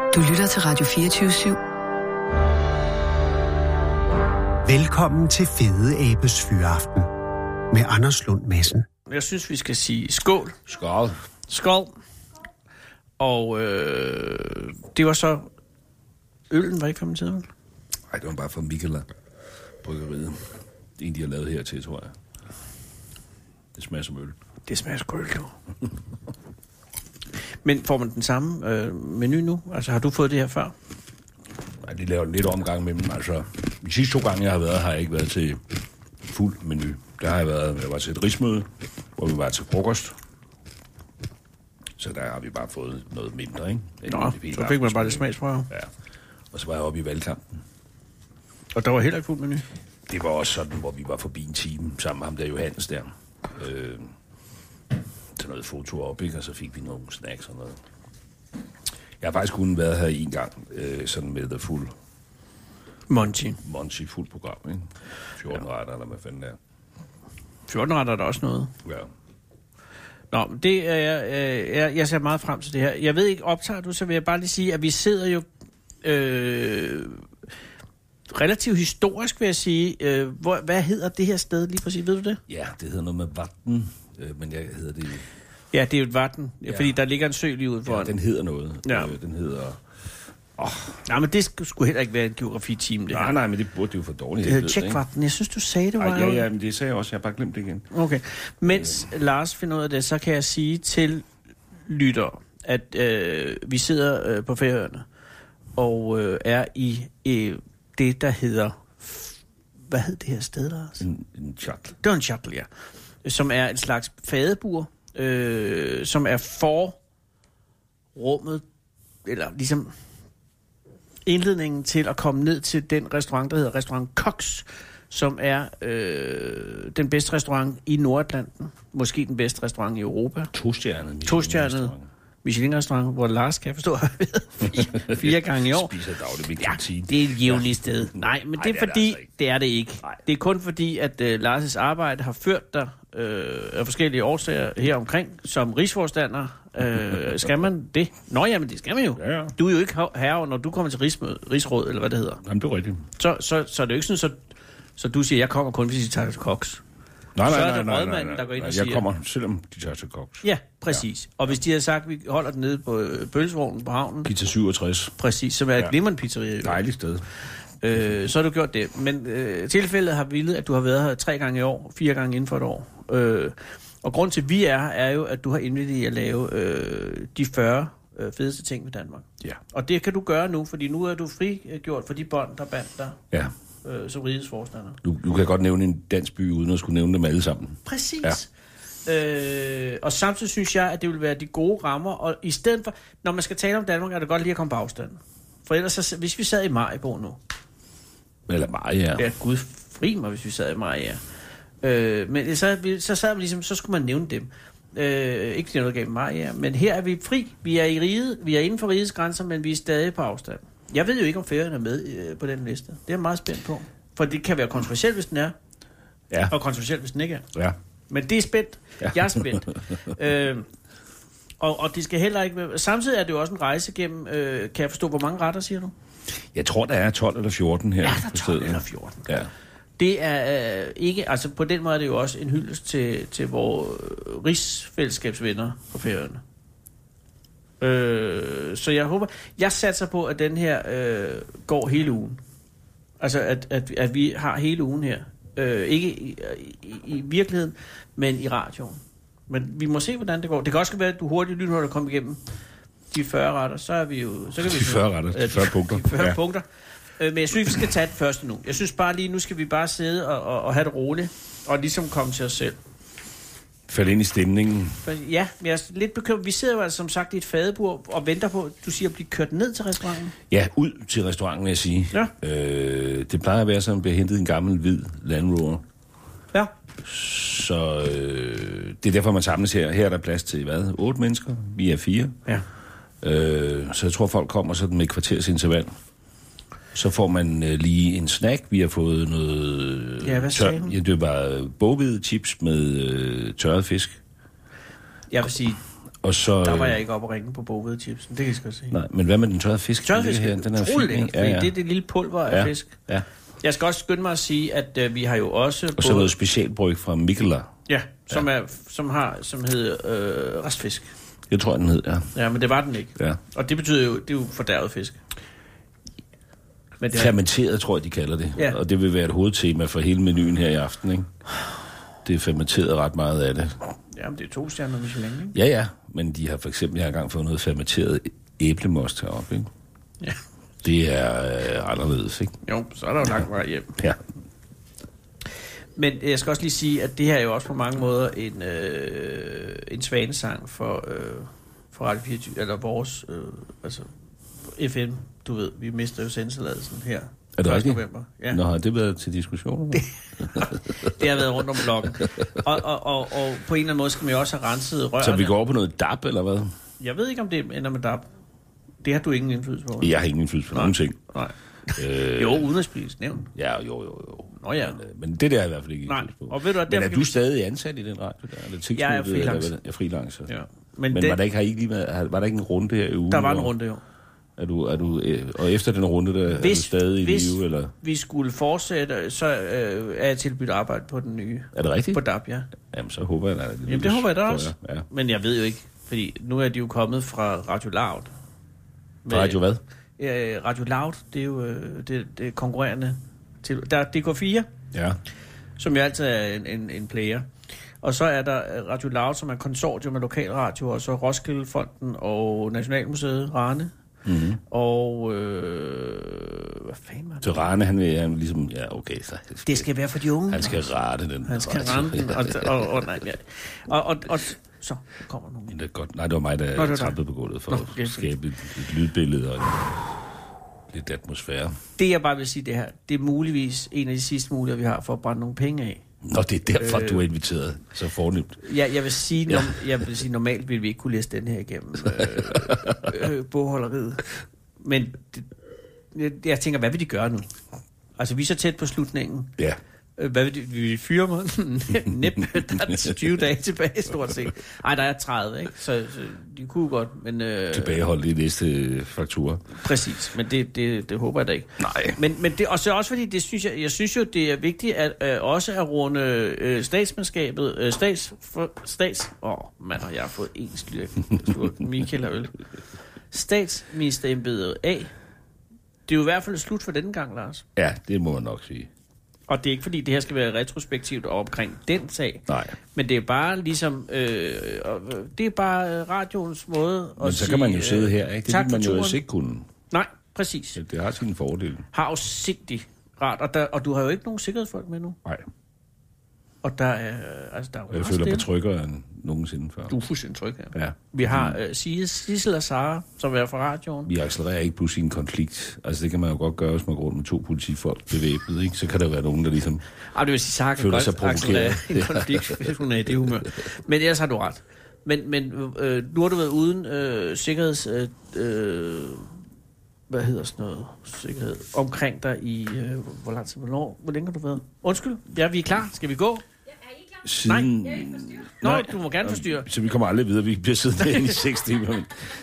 Du lytter til Radio 24/7. Velkommen til Fede Abes Fyraften med Anders Lund Madsen. Jeg synes, vi skal sige skål. Skål. Skål. Og det var så... Øllen var ikke kommet til, vel? Nej, det var bare fra Mikkeland Bryggeriet. Det er en, de har lavet her til, tror jeg. Det smager som øl. Det smager sgu øl, jo. Men får man den samme menu nu? Altså, har du fået det her før? Nej, de laver lidt omgang med dem. Altså, de sidste 2 gange, jeg har været, har jeg ikke været til fuld menu. Der har jeg var til et rigsmøde, hvor vi var til frokost. Så der har vi bare fået noget mindre, ikke? Nå, så fik man bare det smagsprøve. Ja. Og så var jeg oppe i valgkampen. Og der var heller ikke fuld menu? Det var også sådan, hvor vi var forbi en time sammen med ham der Johannes der. Til noget foto op, ikke? Og så fik vi nogle snacks og noget. Jeg har faktisk kun været her en gang, sådan med the full... Monty, fuld program, ikke? 14 retter, eller hvad fanden det er. 14 retter er der også noget. Ja. Nå, det er jeg ser meget frem til det her. Jeg ved ikke, optager du, så vil jeg bare lige sige, at vi sidder jo relativt historisk, vil jeg sige. Hvad hedder det her sted lige præcis? Ved du det? Ja, det hedder noget med vatten, men jeg hedder det... Ja, det er jo et vatten, fordi der ligger en sø lige ude foran. Ja, den hedder noget. Ja. Den hedder... Nej, men det skulle heller ikke være en geografitime, det her. Nej, men det burde det jo for dårligt. Det hedder Tjekvatten. Jeg synes, du sagde det var jo... Ja, men det sagde jeg også. Jeg har bare glemt det igen. Okay. Mens Lars finder ud af det, så kan jeg sige til lytter, at vi sidder på Færøerne og er i det, der hedder... Hvad hed det her sted, Lars? En shuttle. Det var en shuttle, ja. Som er et slags fadebur, som er forrummet, eller ligesom indledningen til at komme ned til den restaurant, der hedder Restaurant Cox, som er den bedste restaurant i Nordatlanten. Måske den bedste restaurant i Europa. 2-stjernet Michelin-restaurant, hvor Lars, kan jeg forstå, har været 4 gange i år. Spiser dagligt ved kantinen. Det er et jævnligt sted. Nej, men det er fordi, det er det ikke. Nej. Det er kun fordi, at Lars' arbejde har ført dig af forskellige årsager her omkring, som rigsforstander. Skal man det? Nå ja, men det skal man jo. Ja. Du er jo ikke herre, når du kommer til rigsråd, eller hvad det hedder. Jamen, det er rigtigt. Så er det jo ikke sådan, så du siger, jeg kommer kun, hvis I tager til Cox. Nej, så er det rådmanden, der går ind og siger... Jeg kommer, selvom de tager til Cox. Ja, præcis. Og hvis de havde sagt, at vi holder den nede på pølsevognen på havnen... Pizza 67. Præcis, som er et glimrende pizzeria. Dejligt sted. Så har du gjort det. Men tilfældet har vildt, at du har været her 3 gange i år, 4 gange inden for et år. Og grund til, at vi er jo, at du har indvildet i at lave de 40 fedeste ting ved Danmark. Ja. Og det kan du gøre nu, fordi nu er du frigjort for de bånd, der bandt dig. Ja. Som rigets forstander. Du kan godt nævne en dansk by, uden at skulle nævne dem alle sammen. Præcis. Ja. Og samtidig synes jeg, at det vil være de gode rammer, og i stedet for, når man skal tale om Danmark, er det godt lige at komme på afstand. For ellers, så, hvis vi sad i Maribo nu... Eller Maja. Ja, Gud fri mig, hvis vi sad i Maja. Men så sad vi ligesom, så skulle man nævne dem. Ikke det noget galt med Maja, men her er vi fri. Vi er i riget, vi er inden for rigets grænser, men vi er stadig på afstand. Jeg ved jo ikke, om Færøerne er med på den liste. Det er jeg meget spændt på. For det kan være kontroversielt, hvis den er. Ja. Og kontroversielt, hvis den ikke er. Ja. Men det er spændt. Ja. Jeg er spændt. Og det skal heller ikke... Samtidig er det jo også en rejse gennem... kan jeg forstå, hvor mange retter, siger du? Jeg tror, der er 12 eller 14 her. Ja, der er 12 eller 14. Ja. Det er ikke... Altså, på den måde er det jo også en hyldest til vores rigsfællesskabsvenner på Færøerne. Så jeg håber... Jeg satser på, at den her går hele ugen. Altså, at vi har hele ugen her. Ikke i virkeligheden, men i radioen. Men vi må se, hvordan det går. Det kan også være, at du hurtigt lytter, når du kommer igennem de 40 retter. Så er vi jo... Så kan vi 40 retter, 40 punkter. De 40 punkter. Men jeg synes, vi skal tage det første nu. Jeg synes bare lige, nu skal vi bare sidde og have det roligt. Og ligesom komme til os selv. Falde ind i stemningen. Ja, men jeg er lidt bekymret. Vi sidder jo altså som sagt i et fadebur og venter på, du siger, at blive kørt ned til restauranten. Ja, ud til restauranten, vil jeg sige. Ja. Det plejer at være sådan, at man bliver hentet en gammel hvid Land Rover. Ja. Så det er derfor, man samles her. Her er der plads til, 8 mennesker? Vi er 4. Ja. Så jeg tror, folk kommer sådan med et kvarters interval. Så får man lige en snack. Vi har fået noget... Ja, hvad sagde hun? Ja, det var boghvede chips med tørret fisk. Jeg vil sige... Og så, Der var jeg ikke oppe og ringe på bogvedchipsen, det kan jeg sgu sige. Nej, men hvad med den tørrede fisk? Tørret fisk, den er utroligt fin, lækkert, det er det lille pulver af fisk. Ja. Jeg skal også skynde mig at sige, at vi har jo også... Og så noget specialbryg fra Mikkeler. Ja, som hedder restfisk. Jeg tror, den hed, ja. Ja, men det var den ikke. Ja. Og det betyder jo, det er jo fordærvet fisk. Men det fermenteret, tror jeg, de kalder det. Ja. Og det vil være et hovedtema for hele menuen her i aften, ikke? Det er fermenteret ret meget af det. Jamen, det er 2 stjerner Michelin, ikke? Ja, men de har for eksempel, jeg har engang fået noget fermenteret æblemost heroppe, ikke? Ja. Det er anderledes, ikke? Jo, så er der jo langt vej hjem. Ja. Men jeg skal også lige sige, at det her er jo også på mange måder en svanesang for Radio 24, eller vores, altså FM, du ved, vi mister jo sendtilladelsen her. Er det rigtigt? November. Ja. Nå, har det været til diskussion? Det har været rundt om blokken. Og på en eller anden måde skal man jo også have renset rørene. Så vi går over på noget DAB, eller hvad? Jeg ved ikke, om det ender med DAB. Det har du ingen indflydelse på. Jeg har ingen indflydelse på nogen ting. Nej. Jo, udenrigspolitisk nævn. Ja, jo. Nå ja. Men det der er i hvert fald ikke Nej. indflydelse på. Og ved du, men er du stadig ansat i den radio der? Eller jeg er freelancer. Jeg er freelancer. Ja. Men var der ikke en runde her i ugen? Der var en runde, jo. Er du, og efter den runde, der er du stadig i live, eller? Hvis vi skulle fortsætte, så er jeg tilbudt arbejde på den nye. Er det rigtigt? På DAB, ja. Jamen, så håber jeg, at Jamen, det håber jeg da også. Ja. Men jeg ved jo ikke, fordi nu er de jo kommet fra Radio Loud. Radio hvad? Radio Loud, det er jo det konkurrerende til. Der er DK4, ja, som jo altid er en player. Og så er der Radio Loud, som er konsortium med lokalradio, og så Roskilde Fonden og Nationalmuseet, Rane. Mm-hmm. Og hvad fanden var det? Så Rane, han vil ligesom, ja, okay. Så det skal være for de unge. Han skal rette den. Han skal ramme den. Og nej, ja. Og så kommer nogen. Det er godt. Nej, det var mig, der trampede på gulvet for at skabe et lydbillede og lidt atmosfære. Det jeg bare vil sige, det her, det er muligvis en af de sidste muligheder, vi har for at brænde nogle penge af. Nå, det er derfor, du er inviteret så fornemt. Ja, jeg vil sige, normalt ville vi ikke kunne læse den her igennem bogholderiet. Men jeg tænker, hvad vil de gøre nu? Altså, vi er så tæt på slutningen. Ja. Hvad vil de? Vi fyre mig? Næppe, der er 20 dage tilbage, stort set. Ej, der er 30, ikke? Så de kunne godt, men... Tilbageholdt i næste faktura. Præcis, men det håber jeg da ikke. Nej. Men det og så også fordi, det synes jeg synes jo, det er vigtigt at også at runde statsmandskabet, mand, jeg har fået en slurk Michael og øl. Statsministerembedet af. Det er jo i hvert fald slut for denne gang, Lars. Ja, det må man nok sige. Og det er ikke fordi, det her skal være retrospektivt omkring den sag. Nej. Men det er bare ligesom... det er bare radioens måde at men så kan man jo sidde her, ikke? Det vil man jo også ikke kunne. Nej, præcis. Ja, det har sine fordele. Har jo sindssygt rart. Og du har jo ikke nogen sikkerhedsfolk med nu. Nej. Og der er... Altså, der er jeg føler mig tryggere end nogensinde før. Du er fuldstændig tryg her. Ja. Vi har Sissel og Sara, som er fra radioen. Vi accelererer ikke pludselig en konflikt. Altså, det kan man jo godt gøre, hvis man går rundt med 2 politifolk bevæbnet, ikke? Så kan der være nogen, der ligesom... Det vil sige, Sara kan godt accelerere en konflikt, hvis hun er i det humør. Men ellers har du ret. Men nu har du været uden sikkerheds... hvad hedder sådan noget? Sikkerhed. Omkring dig i... hvor lang tid? Hvor længe har du været? Undskyld. Ja, vi er klar. Skal vi gå? Siden... Nej, du må gerne forstyrre. Så vi kommer aldrig videre. Vi bliver siddende inde i 6 timer.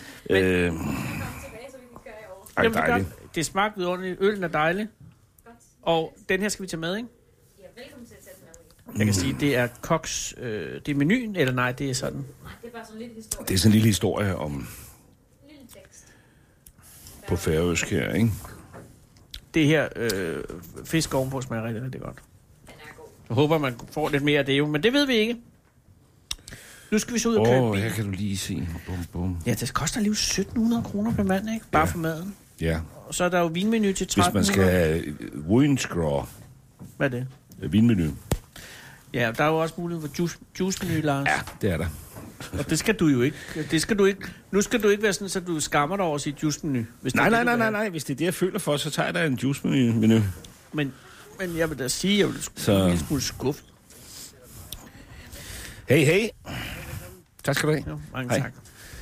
Ej, dejligt. Det smagte vidunderligt. Øllen er dejlig. Og den her skal vi tage med, ikke? Ja, velkommen til at tage den med. Jeg kan sige, det er Koks... det er menuen, eller nej, det er sådan? Nej, det er bare sådan en lille historie. Det er sådan en lille historie om... Lille tekst. På færøsk her, ikke? Det her fisk ovenpå smager rigtig, rigtig godt. Den er god. Jeg håber, man får lidt mere af det jo, men det ved vi ikke. Nu skal vi så ud og købe bil. Her kan du lige se. Bum, bum. Ja, det koster lige 1.700 kroner per mand, ikke? Bare for maden. Ja. Og så er der jo vinmenu til 1.300. Hvis man skal have Winscraw. Hvad er det? Vinmenu. Ja, der er jo også mulighed for juice-menu, Lars. Ja, det er der. Og det skal du jo ikke. Det skal du ikke. Nu skal du ikke være sådan, så du skammer dig over at sige juice-menu. Nej. Hvis det er det, jeg føler for, så tager jeg da en juice-menu. Men jeg vil da sige, at jeg vil en lille smule skuffet. Hey. Tak skal du have. Jo, mange tak.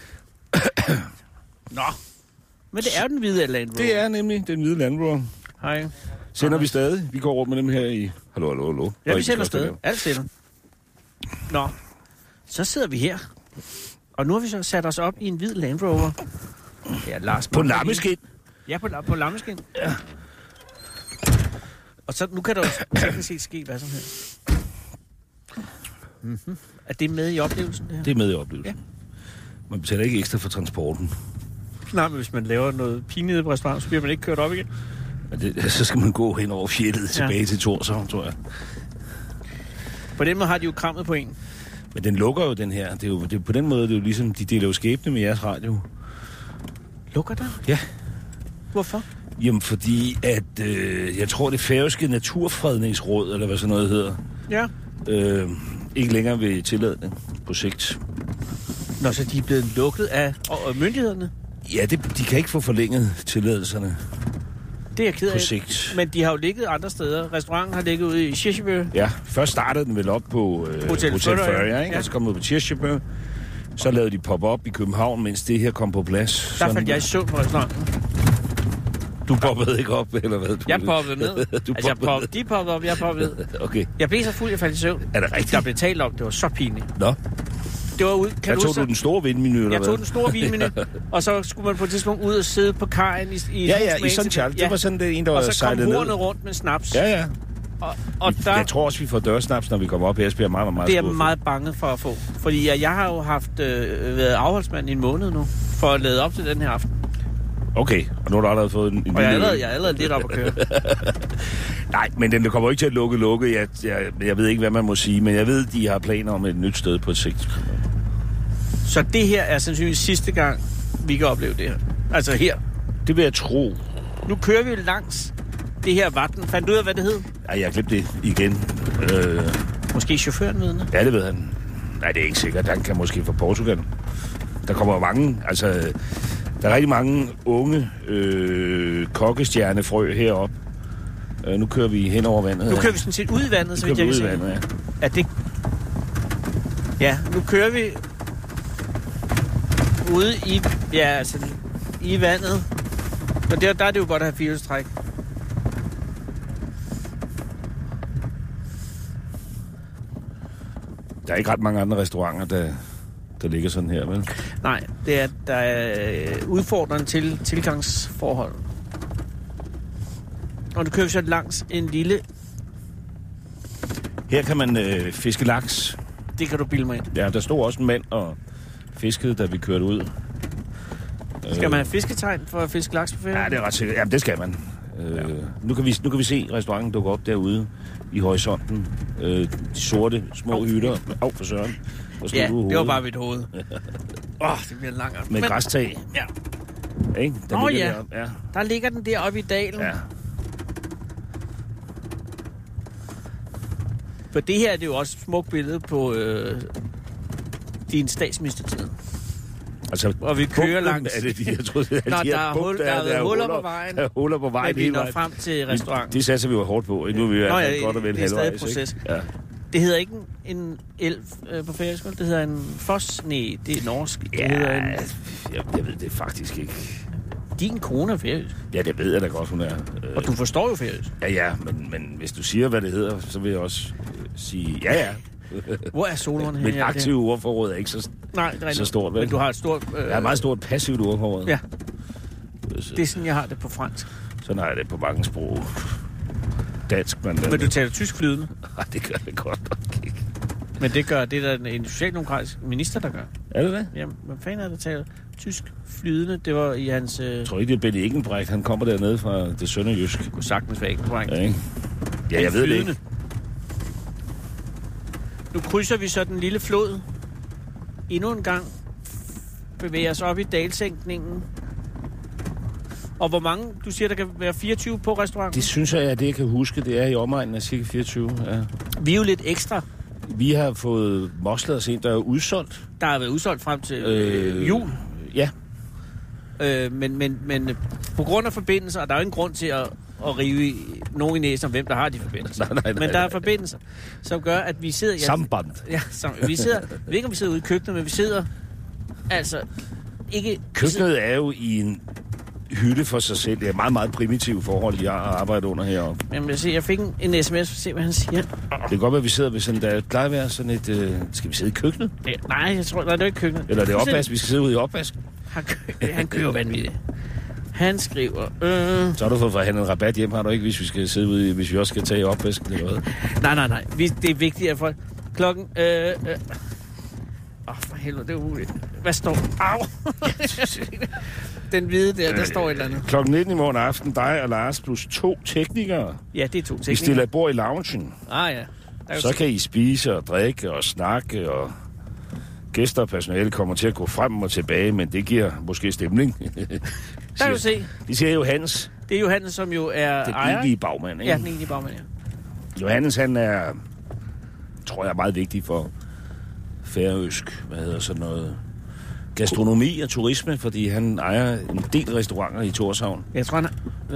Nå, men det er den hvide Land Rover. Det er nemlig den hvide Land Rover. Hej. Sender vi stadig? Vi går rundt med dem her i... Hallo. Ja, vi sender stadig. Alt sender. Nå, så sidder vi her. Og nu har vi så sat os op i en hvid Land Rover. Ja, Lars. På lammeskin. Ja, på lammeskin. Ja. Og så nu kan der jo teknisk set ske hvad som helst. Mm-hmm. Er det med i oplevelsen, det her? Det er med i oplevelsen. Ja. Man betaler ikke ekstra for transporten. Nej, men hvis man laver noget pinligt på restaurant, så bliver man ikke kørt op igen. Så skal man gå hen over fjeldet tilbage til Thorshavn, tror jeg. På den måde har de jo krammet på en. Men den lukker jo, den her. Det er på den måde, det er jo ligesom, de deler jo skæbne med jeres radio. Lukker den? Ja. Hvorfor? Jamen, fordi at, jeg tror, det færøske naturfredningsråd, eller hvad sådan noget hedder, ikke længere vil tillade det på sigt. Nå, så de er blevet lukket af myndighederne? Ja, de kan ikke få forlænget tilladelserne. Det er jeg ked af. På sigt. Men de har jo ligget andre steder. Restauranten har ligget ude i Kirchebø. Ja, først startede den vel op på Hotel Førja, ikke? Ja. Og så kom ud på Kirchebø. Så lavede de pop-up i København, mens det her kom på plads. Der faldt jeg i søvn på restauranten. Du poppede ikke op, eller hvad? Jeg poppede ned. De poppede op, jeg poppede ned. Okay. Jeg blev så fuld, jeg faldt i søvn. Er det rigtigt? Der blev talt om, det var så pinligt. Nå. Det var ud. Der tog du den store vindmenu, eller hvad? Jeg tog den store vindmenu, og så skulle man på et tidspunkt ud og sidde på kajen i i sådan Charles. Det var sådan det en, der var sejlet ned. Og så kom hornet rundt med snaps. Ja. Og der, jeg tror også, vi får dørsnaps, når vi kommer op her. Jeg bliver meget, meget det er skuffet. meget bange for at få. Fordi jeg har jo været afholdsmand i en måned nu, for at lade op til den her aften. Okay, og nu har du allerede fået en og jeg er allerede lidt op at køre. Nej, men den kommer ikke til at lukke. Jeg ved ikke, hvad man må sige, men jeg ved, de har planer om et nyt sted på et sigt. Så det her er sandsynligvis sidste gang, vi kan opleve det her. Altså her. Det vil jeg tro. Nu kører vi langs det her vatten. Fandt du ud af, hvad det hed? Ja, jeg glemte det igen. Måske chaufføren ved det? Ja, det ved han. Nej, det er ikke sikkert. Han kan måske fra Portugal. Der kommer mange, altså... Der er rigtig mange unge kokkestjernefrø heroppe. Nu kører vi hen over vandet. Nu kører vi sådan set ud i vandet, så vidt jeg kan se. Ja. Er det... Ja, nu kører vi ude i vandet. Og der er det jo godt at have firehjulstræk. Der er ikke ret mange andre restauranter, der ligger sådan her, vel? Nej, der er udfordrende til tilgangsforhold. Og nu kører vi så langs en lille... Her kan man fiske laks. Det kan du bilde mig ind. Ja, der stod også en mand og fiskede, da vi kørte ud. Skal man have fisketegn for at fiske laks på ferie? Ja, det er ret sikkert. Jamen, det skal man. Nu kan vi se restauranten dukke op derude i horisonten. De sorte små hytter. For søren. Ja, det var bare mit hoved. Det bliver langt. Med græstag. Ja. Ikke? Der ligger den deroppe i dalen. Ja. For det her er det jo også et smukt billede på din statsministertid. Altså, og vi kører langs... Er det de, jeg troede, der er huller på vejen. Der er huller på vejen. Men vi når frem til restauranten. Det satser vi jo hårdt på. Nu er vi jo godt og vel halvvejs. Det er stadig proces. Ja. Det hedder ikke en elv på færøsk, det hedder en foss. Nej, det er norsk. Ja, det hedder jeg ved det faktisk ikke. Din kone er færøsk. Ja, det ved jeg da godt, hun er. Og du forstår jo færøsk. Ja, men hvis du siger, hvad det hedder, så vil jeg også sige ja. Hvor er Solon her? Mit aktive ordforråd er ikke så stort. Men du har et stort... Jeg har et meget stort passivt ordforråd. Ja. Det er sådan, jeg har det på fransk. Sådan har jeg det på mange sprog. Dansk, men du taler tysk flydende? Nej, det gør det godt nok ikke. Men det gør det, der er en socialdemokratisk minister, der gør. Er det det? Jamen, hvad fanden er der taler tysk flydende? Det var i hans... Jeg tror ikke, det er Benny Engelbrecht. Han kommer dernede fra det sønderjysk. Det kunne sagtens være Engelbrecht. Ja, ikke? Ja, jeg ved det ikke. Nu krydser vi så den lille flod. Endnu en gang bevæger os op i dalsænkningen. Og hvor mange, du siger, der kan være 24 på restauranten? Det synes jeg, det jeg kan huske. Det er i omegnen af cirka 24. Ja. Vi er jo lidt ekstra. Vi har fået moslet os ind, der er udsolgt. Der har været udsolgt frem til jul. Ja. Men på grund af forbindelser, og der er jo ingen grund til at rive nogen i næsen om, hvem der har de forbindelser. Nej. Men der er forbindelser, som gør, at vi sidder... Samband. Ja, vi sidder... Jeg ved ikke, om vi sidder ude i køkkenet, men vi sidder altså ikke... Køkkenet er jo i en hytte for sig selv. Det er meget, meget primitive forhold, jeg arbejder under heroppe. Jamen, jeg fik en sms, for at se, hvad han siger. Det kan godt være, at vi sidder ved sådan, der plejer at være sådan et... skal vi sidde i køkkenet? Nej, jeg tror, det er ikke køkkenet. Eller er det opvask? Vi skal sidde ude i opvask. Han kører vanvittigt. Han skriver... Så har du fået forhandlet en rabat hjem, har du ikke, hvis vi skal sidde ude, hvis vi også skal tage i opvasken eller hvad? Nej. Det er vigtigt, at folk... Klokken... for helvede, det er umuligt. Hvad står... Au! Den hvide der står et eller andet. Klokken 19 i morgen aften, dig og Lars plus 2 teknikere. Ja, det er 2 teknikere. Vi stiller et bord i loungen. Ja. Så kan I spise og drikke og snakke, og gæster og personale kommer til at gå frem og tilbage, men det giver måske stemning. Der kan du se. De siger Johannes. Det er Johannes, som jo er den ejer. egentlige bagmand, ikke? Ja, den egentlige bagmand, ja. Johannes, han er, tror jeg, er meget vigtig for færøsk, gastronomi og turisme, fordi han ejer en del restauranter i Tórshavn. Jeg tror, han er...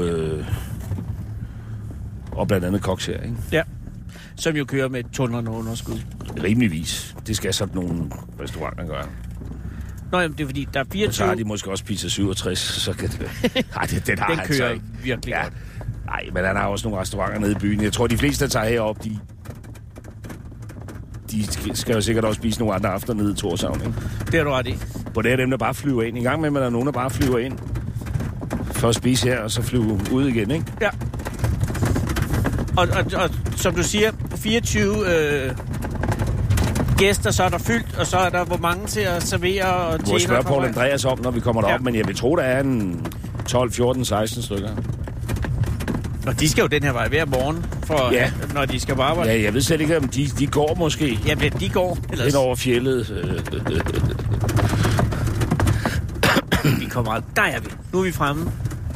Og blandt andet Koks her, ikke? Ja, som jo kører med tunnerne underskud. Rimeligvis. Det skal sådan nogle restauranter gøre. Nå, jamen, det er fordi, der er 24... Og så har de måske også pizza 67, så kan det... Nej, den har den han kører så ikke. Virkelig godt. Nej, men han har også nogle restauranter nede i byen. Jeg tror, de fleste, der tager herop, de skal jo sikkert også spise nogle andre aftener nede i Tórshavn, ikke? Det er du ret i. På det er dem, der bare flyver ind. I gang med, at der er nogen, der bare flyver ind for at spise her, og så flyve ud igen, ikke? Ja. Og som du siger, 24 gæster, så er der fyldt, og så er der hvor mange til at servere og tjene. Du må spørge Poul Andreas om, når vi kommer derop, men jeg vil tro, der er en 12, 14, 16 stykker. Og de skal jo den her vej hver morgen, når de skal på arbejde. Ja, jeg ved slet ikke, om de går måske. Ja, men de går. Ellers... Hen over fjellet. Vi kommer aldrig. Der er vi. Nu er vi fremme.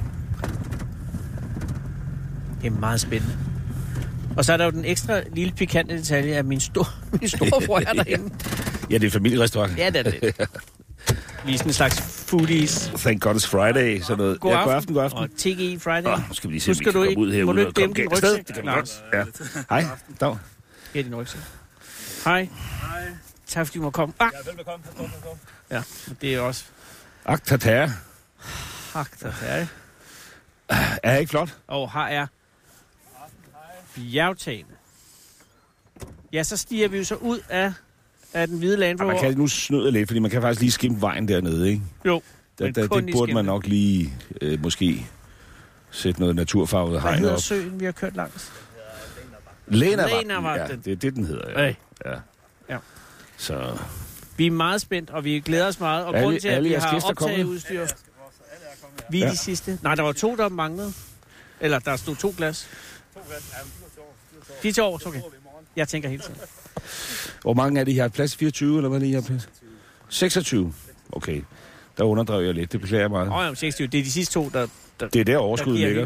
Det er meget spændende. Og så er der jo den ekstra lille pikante detalje, at min storebror er derinde. Ja, det er familierestaurant. Ja, det er det. Vi er sådan en slags foodies. Thank God it's Friday. Sådan noget. God aften. God aften. Og TGI Friday. Nu skal vi lige se, om vi kan komme ud herude. Må du ikke dæmme din rygsæk? Det kan vi godt. Ja. Hej. Dag. Her er din rygsæk. Hej. Tak fordi du må komme. Ja, velbekomme. Ja, det er også... Aktater. Aktater. Er ikke flot? Og her er bjergtagene. Ja, så stiger vi jo så ud af den hvide Land Rover. Man kan nu snyde lidt, fordi man kan faktisk lige skimpe vejen dernede, ikke? Jo, det burde man nok lige måske sætte noget naturfarvet hegn op. Hvad hedder søen, vi har kørt langs? Lænavagten. Ja, det er det, den hedder. Ja. Ja. Så... Vi er meget spændt, og vi glæder os meget. Og grunden til, at vi har optageudstyr... Vi er de sidste. Nej, der var 2, der manglede. Eller der stod 2 glas. 2 glas, ja, de er til års, okay. Jeg tænker hele tiden. Hvor mange er det, I har plads? 24, eller hvad er det, I har plads? 26? Okay. Der underdrev jeg lidt. Det beklager jeg meget. Ja, 26. Det er de sidste 2, der det er der overskuddet ligger.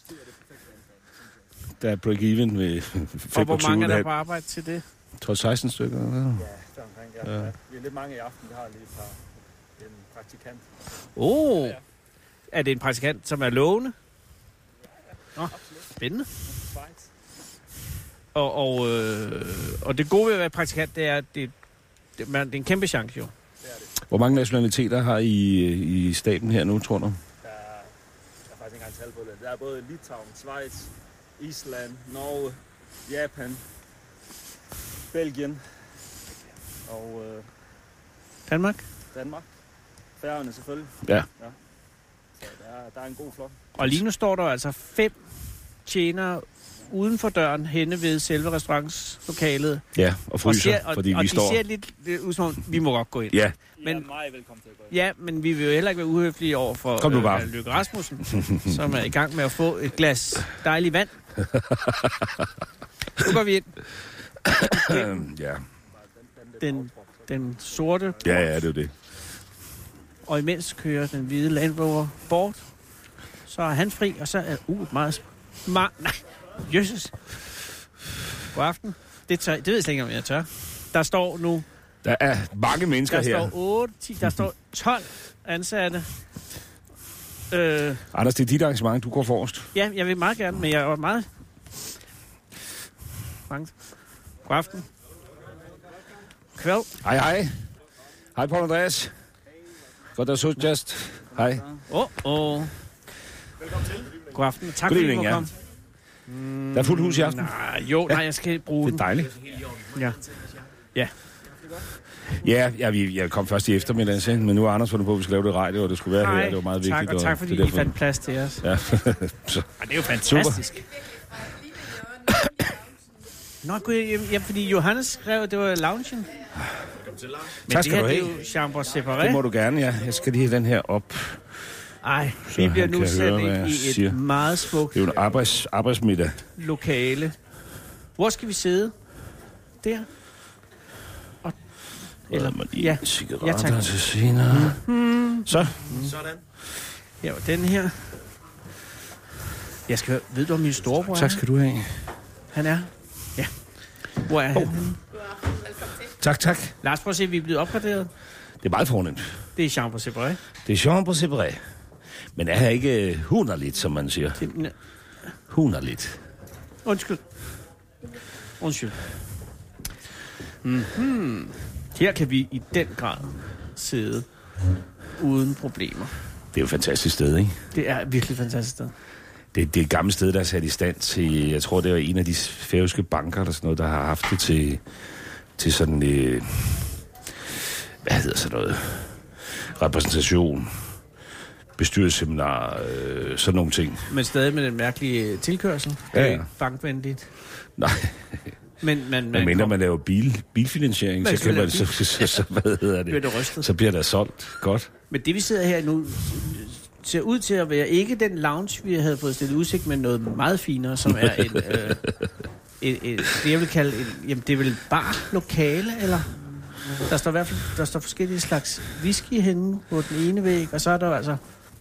Der er break-even ved 25. Og hvor mange er der på arbejde til det? 16 stykker, eller hvad? Ja, omkring, ja. Vi er lidt mange i aften. Vi har lige en praktikant. Er det en praktikant, som er lovende? Nå, spændende. Og det gode ved at være praktikant, det er, at det er en kæmpe chance, jo. Hvor mange nationaliteter har I staben her nu, tror du? Der er faktisk ikke engang tal på det. Der er både Litauen, Schweiz, Island, Norge, Japan, Belgien og Danmark. Færøerne selvfølgelig. Ja. Så der er en god flok. Og lige nu står der altså 5 tjenere uden for døren henne ved selve restaurantslokalet. Ja, og fryser, fordi vi står... Og de ser lidt ud som om, vi må godt gå ind. Ja. Men, I er meget velkommen til at gå ind. Ja, men vi vil jo heller ikke være uhøflige over for Løkke Rasmussen, som er i gang med at få et glas dejligt vand. Nu går vi ind. Ja. Den sorte bort. Ja, det er det. Og imens kører den hvide Land Rover bort. Så er han fri, og så er nej, jøsses. God aften. Det ved jeg slet ikke, om jeg tør. Der står nu... Der er mange mennesker her. Der står 8, 10, der står 12 ansatte. Anders, det er dit arrangement. Du går forrest. Ja, jeg vil meget gerne, men jeg er meget... God aften. Kvæl. Hej. Hej, Poul Andreas. Godt at så just. Hej. Velkommen til. God aften. Tak God fordi evening, du ja. kom. Der er fuldt hus i aften. Nej, jeg skal bruge Det er dejligt. Ja. Ja. Ja, jeg kom først i eftermiddag, men nu er Anders fundet på, at vi skal lave det radio, og det skulle være her. Det var meget vigtigt. Tak, og tak fordi I fandt plads til os. Ja. Det er jo fantastisk. Nå, fordi Johannes skrev, det var loungen. Men Tak skal det her, du det er have. jo chambre séparé. Det må du gerne, ja. Jeg skal lige have den her op. Ej, Så vi bliver han nu kan sat høre, hvad ind jeg i siger. et meget smukt Det er jo en arbejdsmiddag. lokale. Hvor skal vi sidde? Der? Eller ja. Cigaretter tak. til senere. Så. Sådan. Her var den her. Jeg skal høre, ved du om min storebror? Tak skal du have. Han er? Ja. Hvor er han henne? Tak. Lars, prøv at se, vi er blevet opgraderet. Det er meget fornemt. Det er chambre séparé. Det er chambre séparé. Men er her ikke hunderligt, som man siger? Hunderligt. Undskyld. Her kan vi i den grad sidde uden problemer. Det er jo et fantastisk sted, ikke? Det er et virkelig fantastisk sted. Det er et gammelt sted, der er sat i stand til, jeg tror, det var en af de færøske banker, eller sådan noget, der har haft det til sådan, hvad hedder sådan noget, repræsentation, bestyrelsesseminar, sådan nogle ting. Men stadig med den mærkelige tilkørsel. Ja. Det er ikke bankvenligt. Nej, Men mindre man laver bilfinansiering, Man så kan man, skal så hvad hedder bliver det? det rystet. Så bliver der solgt godt. Men det vi sidder her nu ser ud til at være ikke den lounge, vi havde fået stillet udsigt, men noget meget finere, som er det jeg vil kalde jamen det er vel bare lokale, eller? Der står i hvert fald forskellige slags whisky henne på den ene væg, og så er der altså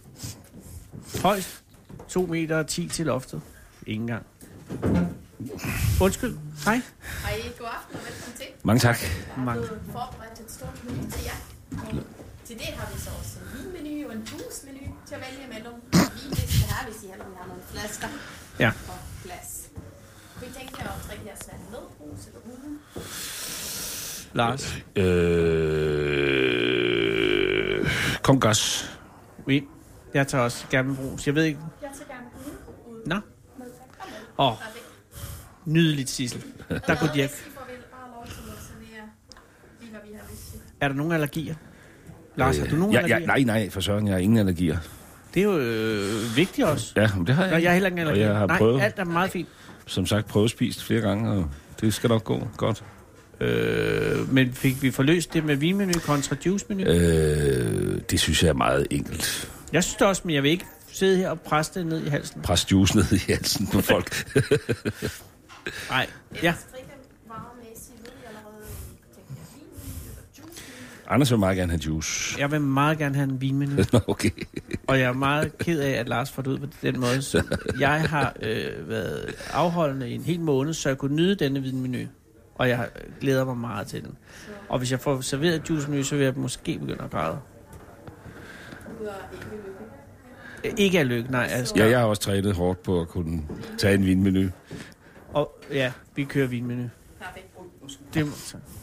højst 2,10 meter til loftet. Ingen gang. Undskyld. Hej. Hej, god aften og velkommen til. Mange tak. Jeg har fået forberedt et stort menu til jer. Og til det har vi så også en vinmenu og en juicemenu til at vælge imellem. Vinliste her, hvis I heller vil have nogle flasker Ja. og glas. Kunne I tænke jer at drikke jeres vand med brus eller uden? Lars. Kom gas. Oui. Jeg tager også gerne brus. Jeg ved ikke. Jeg tager gerne uden. Nå. Med tak. Nydeligt, Sissel. Der kunne Jeff. I får vel bare lov til at servere viner, vi har lyst til. Er der nogen allergier? Lars, har du nogen allergier? Nej, for søren, jeg har ingen allergier. Det er jo vigtigt også. Ja, men det har jeg. Nå, jeg har heller ingen Og allergier. jeg har Nej, prøvet, alt er meget fint. som sagt, prøvespist flere gange, og det skal nok gå godt. Men fik vi forløst det med vinmenu kontra juicemenu? Det synes jeg er meget enkelt. Jeg synes det også, men jeg vil ikke sidde her og presse det ned i halsen. Pres juice ned i halsen på folk. Nej, ja. Drikkevaremæssigt ved I allerede, tænker jeg vinmenu eller juicemenu? Anders vil meget gerne have juice. Jeg vil meget gerne have en vinmenu. Nå, okay. Og jeg er meget ked af, at Lars får det ud på den måde. Så jeg har været afholdende i en hel måned, så jeg kunne nyde denne vinmenu. Og jeg glæder mig meget til den. Og hvis jeg får serveret juicemenu, så vil jeg måske begynde at græde. Du er ikke lykke. Ikke af lykke, nej. Altså, Ja, jeg har også trænet hårdt på at kunne tage en vinmenu. Og ja, vi kører vinmenu. Perfekt. Det må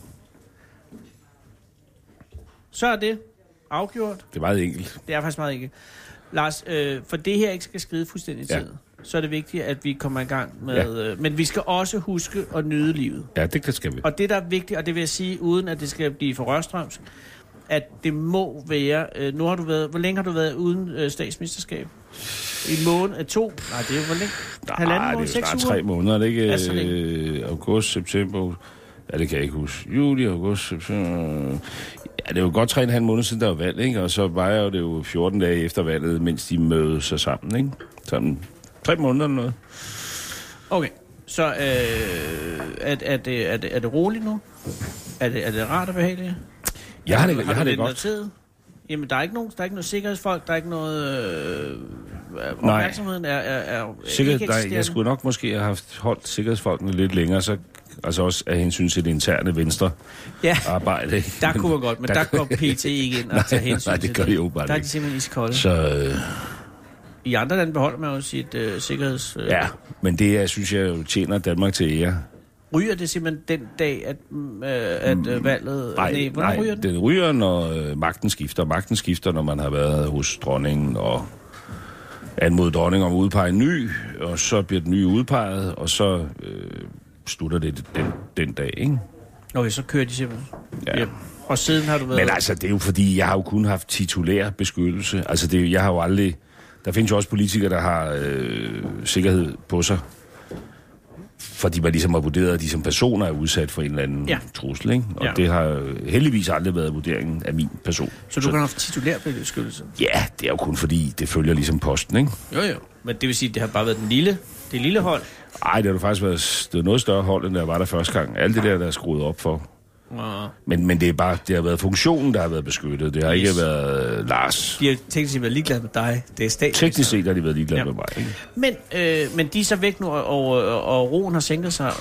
så er det afgjort. Det er meget enkelt. Det er faktisk meget ikke. Lars, for det her ikke skal skride fuldstændig tid, så er det vigtigt, at vi kommer i gang med... men vi skal også huske at nyde livet. Ja, det skal vi. Og det, der er vigtigt, og det vil jeg sige, uden at det skal blive for rørstrømsk, at det må være... nu har du været... Hvor længe har du været uden statsministerskab? En måned? 2? Nej, det er jo hvor længe? Halvanden måned? det er jo 6 snart uger? 3 måneder, er det ikke? Altså, August, september... Ja, det kan jeg ikke huske. Juli, august, september... Ja, det er jo godt 3,5 måneder siden, der var valg, ikke? Og så var jeg jo det jo 14 dage efter valget, mens de mødte sig sammen, ikke? Sådan 3 måneder eller noget. Okay, så er det roligt nu? Er det rart og behageligt? Jeg har det ventet godt. Tid? Jamen, der er ikke noget sikkerhedsfolk, der er ikke noget... opmærksomheden er Sikkert, ikke eksisterende. jeg skulle nok måske have haft holdt sikkerhedsfolkene lidt længere, så altså også af hensyn til det interne venstre arbejde. Ikke? Der kunne man godt, men der går PT ikke ind og tager hensyn til det gør de åbenbart der er ikke. de simpelthen iskolde. Så, I andre lande beholder man jo sit sikkerheds... ja, men det synes jeg jo tjener Danmark til ære. Ryger det simpelthen den dag, at valget... Nej, ryger den? Den ryger, når magten skifter. Magten skifter, når man har været hos dronningen og anmodet dronningen om at udpege en ny, og så bliver den nye udpeget, og så slutter det den dag, ikke? Okay, så kører de simpelthen. Ja. Og siden har du været... Men altså, det er jo fordi, jeg har jo kun haft titulær beskyttelse. Altså, jeg har jo aldrig... Der findes jo også politikere, der har sikkerhed på sig, fordi man ligesom har vurderet, at de som personer er udsat for en eller anden trussel, ikke? Og det har heldigvis aldrig været vurderingen af min person. Så du kan have haft titulær beskyttelse? Ja, det er jo kun fordi, det følger ligesom posten, ikke? Jo. Men det vil sige, at det har bare været det lille hold? Nej, det har jo faktisk været noget større hold, end der var der første gang. Alt det der er skruet op for. Men det er bare, det har været funktionen, der har været beskyttet. Det har ikke været Lars. De har teknisk set været ligeglade med dig. Det er staten. Teknisk set har de været ligeglade med mig. Ikke? Men de er så væk nu, og roen har sænket sig,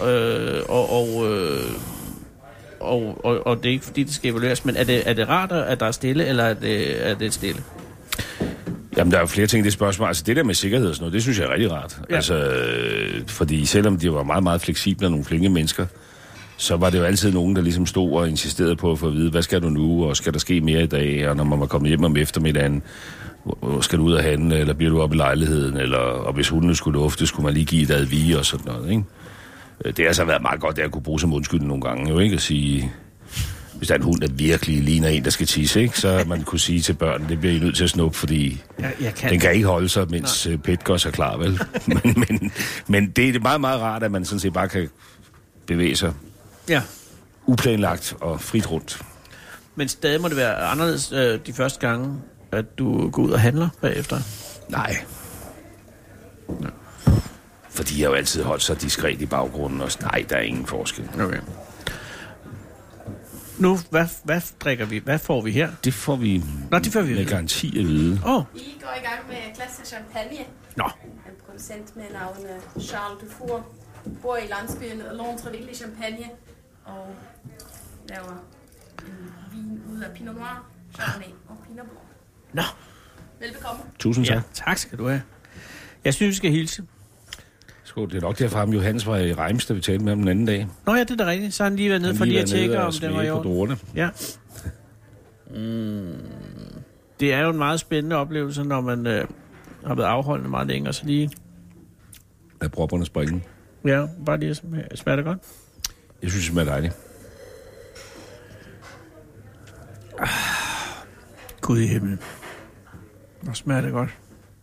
og det er ikke fordi, det skal evalueres, men er det rart, at der er stille, eller er det stille? Jamen, der er jo flere ting i det spørgsmål. Altså, det der med sikkerhed og sådan noget, det synes jeg er rigtig rart. Ja. Altså, fordi selvom de var meget, meget fleksible og nogle flinke mennesker, så var det jo altid nogen, der ligesom stod og insisterede på at få at vide, hvad skal du nu, og skal der ske mere i dag, og når man var kommet hjem om eftermiddagen, skal du ud og handle, eller bliver du op i lejligheden, og hvis hunden skulle lufte, skulle man lige give et advige og sådan noget, ikke? Det har altså været meget godt, at jeg kunne bruge som undskyldning nogle gange, jo ikke, at sige, hvis der er en hund, der virkelig ligner en, der skal tisse, ikke, så man kunne sige til børn, det bliver I nødt til at snuppe, fordi den kan ikke holde sig, mens Pet går så klar, vel? men det er meget, meget rart, at man sådan set bare kan bevæge sig. Ja. Uplanlagt og frit rundt. Men stadig må det være anderledes de første gange, at du går ud og handler bagefter? Nej. Fordi jeg jo altid holdt sig diskret i baggrunden, og nej, der er ingen forskel. Okay. Nu, hvad drikker vi? Hvad får vi her? Det får vi med garanti at vide. Vi går i gang med et glas champagne. Nå. En producent med navnet Charles Dufour bor i landsbyen Lontreville i Champagne og laver vin ud af Pinot Noir, Chardonnay og Pinot Blanc. Nå. Velbekomme. Tusind tak. Ja, tak skal du have. Jeg synes, vi skal hilse. Det er nok derfor, at Johannes var i Reims, da vi talte med ham den anden dag. Nå ja, det er da rigtigt. Så har han lige været nede for lige at tjekke, om det var i orden. Ja. Det er jo en meget spændende oplevelse, når man har været afholdende meget længere, så lige... Lad propperne springe. Ja, bare lige smager det godt. Jeg synes, det smager dejligt. Gud i himlen. Hvor smager det godt.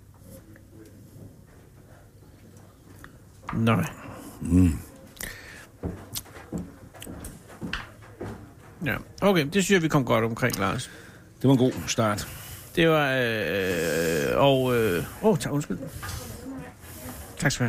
Nej. Ja, okay, det synes jeg, vi kom godt omkring, Lars. Det var en god start. Det var, undskyld. Tak skal du have.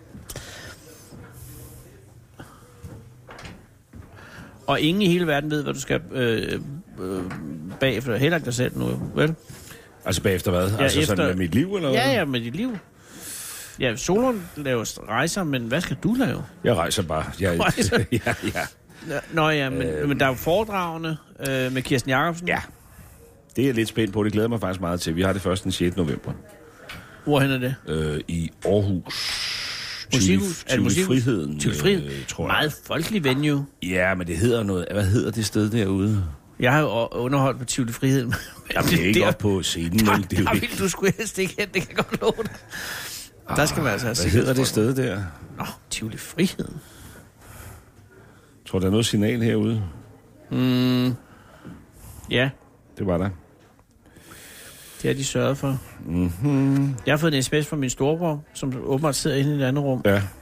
Og ingen i hele verden ved, hvad du skal bagefter. Heller ikke dig selv nu, vel? Altså bagefter hvad? Ja, altså sådan med mit liv, eller hvad? Ja, med dit liv. Ja, Solon laver rejser, men hvad skal du lave? Jeg rejser bare. Ja. Nå ja, men der er jo foredragene med Kirsten Jacobsen. Ja, det er jeg lidt spændt på. Det glæder mig faktisk meget til. Vi har det først den 6. november. Hvorhen er det? I Aarhus. Musikhus? Er det Musikhus? Friheden, tror jeg. Meget folkelig venue. Ja, men det hedder noget. Hvad hedder det sted derude? Jeg har jo underholdt på Tivoli Friheden. Jamen, det er ikke op på scenen. Der vil du sgu helst ikke hen, det kan jeg godt love dig. Der skal man altså have hvad hedder det sted der? Nå, Tivoli Friheden. Tror der er noget signal herude? Ja. Det var der. Det har de sørget for. Mm-hmm. Jeg har fået en sms fra min storebror, som åbenbart sidder inde i et andet rum. Ja.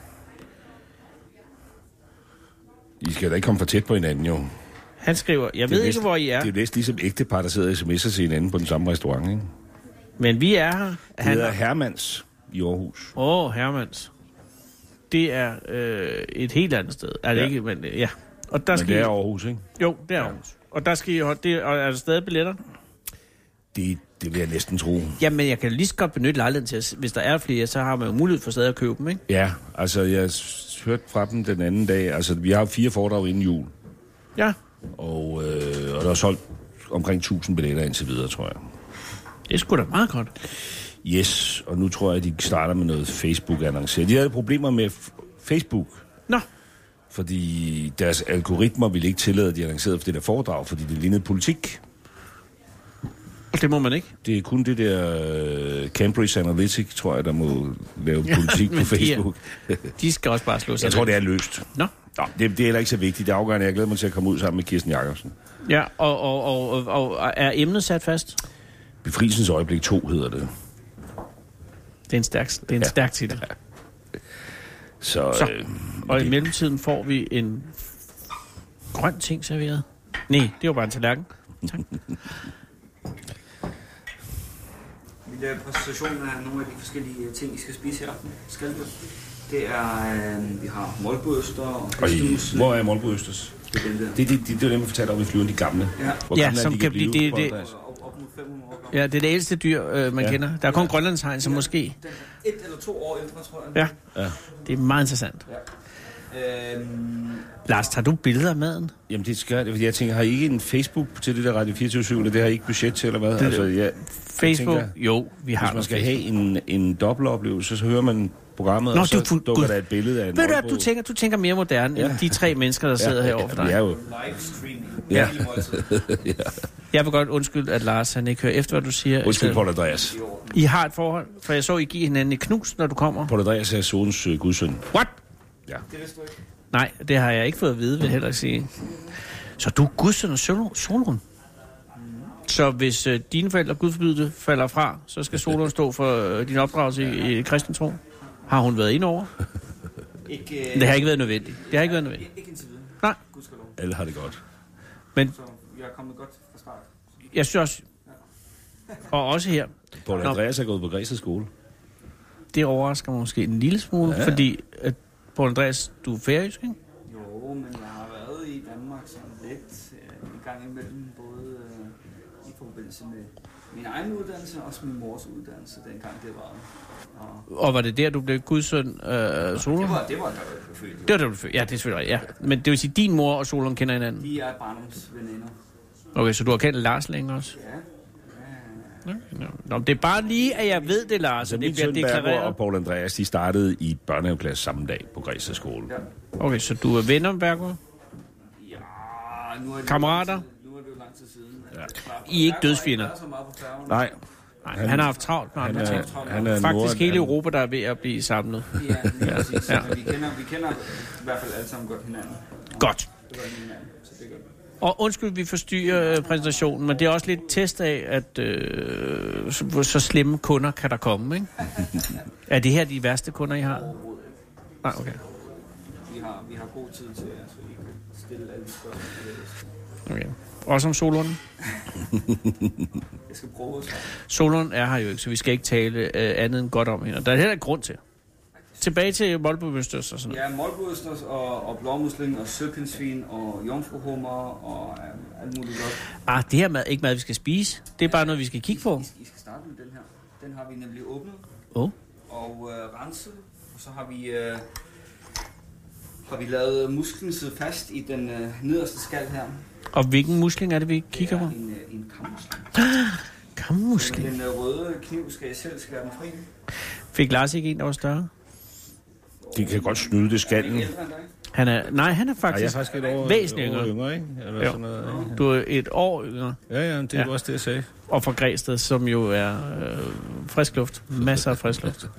I skal da ikke komme for tæt på hinanden, jo. Han skriver, jeg ved ikke, hvor I er. Det er jo næsten ligesom ægtepar, der sidder og sms'er til hinanden på den samme restaurant, ikke? Men vi er her. Det hedder Hermans i Aarhus. Hermans. Det er et helt andet sted. Er det ikke? Men ja. Og der men det er Aarhus, ikke? Jo, det er Aarhus. Og der skal I holde... Og er der stadig billetter? Det vil jeg næsten tro. Jamen, jeg kan lige så godt benytte lejligheden til, at hvis der er flere, så har man jo mulighed for stadig at købe dem, ikke? Ja, altså jeg hørte fra dem den anden dag. Altså, vi har 4 foredrag inden jul. Ja. Og der er solgt omkring 1000 billetter indtil videre, tror jeg. Det er sgu da meget godt. Yes, og nu tror jeg, at de starter med noget Facebook-annoncering. De havde problemer med Facebook. Nå. Fordi deres algoritmer ville ikke tillade, at de annoncerede for det der foredrag, fordi det lignede politik. Det må man ikke. Det er kun det der Cambridge Analytica, tror jeg, der må lave politik på Facebook. De skal også bare slå sig. Jeg tror, det er løst. Nå, det er heller ikke så vigtigt. Det er afgørende. Jeg glæder mig til at komme ud sammen med Kirsten Jacobsen. ja, og er emnet sat fast? Befrielsens øjeblik 2 hedder det. Det er en stærk titel. Så. Og i mellemtiden får vi en grøn ting serveret. Nej, det var bare en tallerken. Tak. Vi laver præsentation af nogle af de forskellige ting, I skal spise her. Skal vi? Det er, vi har målbøster og hestemusling. Hvor er målbøsters? Det er den der. Det er dem, vi fortalte om i flyveren, de gamle. Ja. Hvor Ja, gamle som de kan blive det. Op mod 500 år gammel. Ja, det er det ældste dyr, man kender. Der er kun grønlandshegn, som måske... Den er 1 eller 2 år ældre, tror jeg. Ja, det er meget interessant. Ja. Lars, tager du billeder af maden? Jamen, det skal det, fordi jeg tænker, har I ikke en Facebook til det der Radio 24/7, det har I ikke budget til, eller hvad? Facebook? Jo, vi har. Hvis man skal have en dobbeltoplevelse, så hører man programmet, Nå, og så dukker der et billede af en Ved du målbåd. hvad, du tænker mere moderne end de 3 mennesker, der sidder herovre for dig. Vi er jo. Livestreaming. Ja. Jeg vil godt undskylde, at Lars han ikke hører efter, hvad du siger. Undskyld, Paul Andreas. I har et forhold, for jeg så, I giver hinanden et knus, når du kommer. Paul Andreas er Solens gudsøn. What? Ja. Det vidste du ikke. Nej, det har jeg ikke fået at vide, vil jeg heller sige. Så du er gudsøn og Solrun? Så hvis dine forældre, Gud forbyde det, falder fra, så skal Solrun stå for din opdragelse i kristen tro? Har hun været inde over? Ikke, Det har ikke været nødvendigt. Det har ikke været nødvendigt. Ikke indtil videre. Nej. Gudskelov. Alle har det godt. Men Så vi er kommet godt fra start. jeg synes også, og også her, Paul Andreas er gået på Græsted skole. det overrasker mig måske en lille smule, Ja. fordi at Paul Andreas, du er færøsk, ikke? Jo, men jeg har været i Danmark sådan lidt en gang imellem, både i forbindelse med min egen uddannelse og også min mors uddannelse, dengang det var. Og var det der, du blev gudsøn Solon? Det var der, jeg blev født. Det var der, du blev født. Ja, det er selvfølgelig rigtigt, ja. Men det vil sige, din mor og Solon kender hinanden? De er barndomsveninder. Okay, så du har kendt Lars længe også? Ja. Nå, det er bare lige, at jeg ved det, Lars, og det bliver Berger og deklareret. Paul Andreas, de startede i børnehaveklasse samme dag på Græsted skole. Ja. Okay, så du er venner med Berger? Ja, nu er det Kammerater? Nu er det jo lang tid siden. Ja. I er ikke dødsfjender? Jeg har ikke været så meget på færgen. Nej, Nej, han har haft travlt med andre ting. han er Faktisk hele Europa, der er ved at blive samlet. Ja, lige præcis. Ja. Men vi kender i hvert fald alle sammen godt hinanden. Godt. Det var hinanden, så det gør vi. Og undskyld, vi forstyrrer præsentationen, men det er også lidt test af, at så slemme kunder kan der komme, ikke? Er det her de værste kunder, I har? Nej, okay. Vi har god tid til, så I kan stille alle de spørgsmål. Okay. Også om Solon? Jeg skal prøve at svare. Solon er her jo ikke, så vi skal ikke tale andet end godt om hende. Der er heller ikke grund til. Tilbage til målbøsters og sådan noget. Ja, målbøsters og blåmusling og søpindsvin og jomfruhummer og alt muligt godt. Det her mad ikke mad, vi skal spise. Det er bare noget, vi skal kigge på. I skal starte med den her. Den har vi nemlig åbnet Oh. og renset. Og så har vi lavet musklen sidde fast i den nederste skal her. Og hvilken musling er det, vi kigger på? Det er en kammusling. Kammusling. Den røde kniv skal jeg selv skære den fri. Fik Lars ikke en, der var større? de kan godt snyde det skallen. Han er Jeg er faktisk faktisk et år væsentligt yngre. yngre, ikke? Eller Jo. sådan noget, ikke? Du er et år yngre. Ja, det er også det, jeg sagde. Og fra Græsted, som jo er frisk luft. Masser af frisk luft.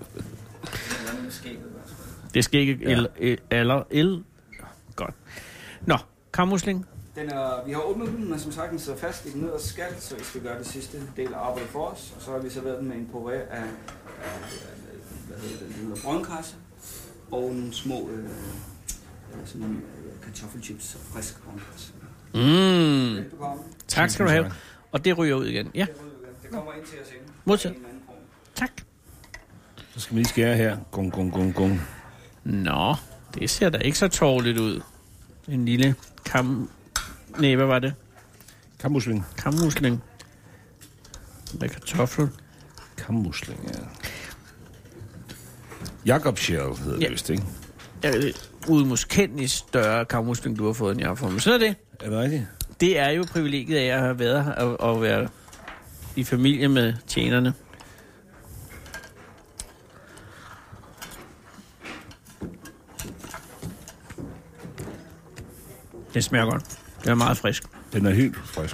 Det skal ikke el. Godt. Nå, kammusling. Vi har åbnet den, men som sagt, den sidder fast i den nederste skal, så vi skal gøre det sidste del af arbejdet for os. Og så har vi serveret den med en puré af brøndkarse og nogle små kartoffelchips og frisk brøndkarse. Tak skal du have. Og det ryger ud igen. Ja, Det kommer ind til os ind. modtaget. Tak. Så skal vi lige skære her. Gung. Nå, det ser da ikke så tårligt ud. En lille Nej, hvad var det? Kammusling. Kammusling. Med kartoffel. Kammusling, ja. Jakobsjæl hedder det vist, ikke? Udmuskendeligt større kammusling, du har fået, end jeg har fået. Men sådan er det. Er det rigtigt? Det er jo privilegiet af at have været her og være i familie med tjenerne. Det smager godt. Det er meget frisk. Den er helt frisk.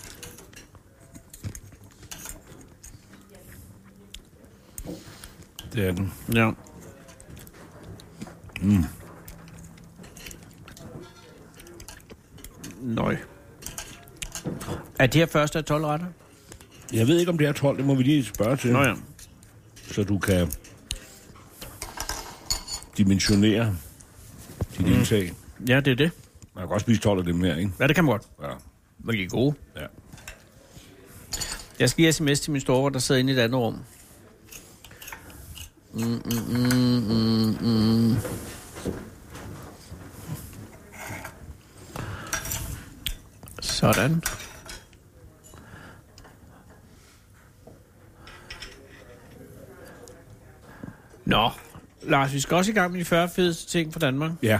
Det er den. Ja. Nøj. Er det her første af 12 retter? Jeg ved ikke, om det er 12. Det må vi lige spørge til. Nå ja. Så du kan dimensionere dit indtag. Ja, det er det. Man kan godt spise 12 af dem her, ikke? Ja, det kan man godt. Ja. Men de er gode. Ja. Jeg skal lige sms til min storebror, der sidder inde i et andet rum. Sådan. Nå, Lars, vi skal også i gang med de 40 fedeste ting fra Danmark. Ja.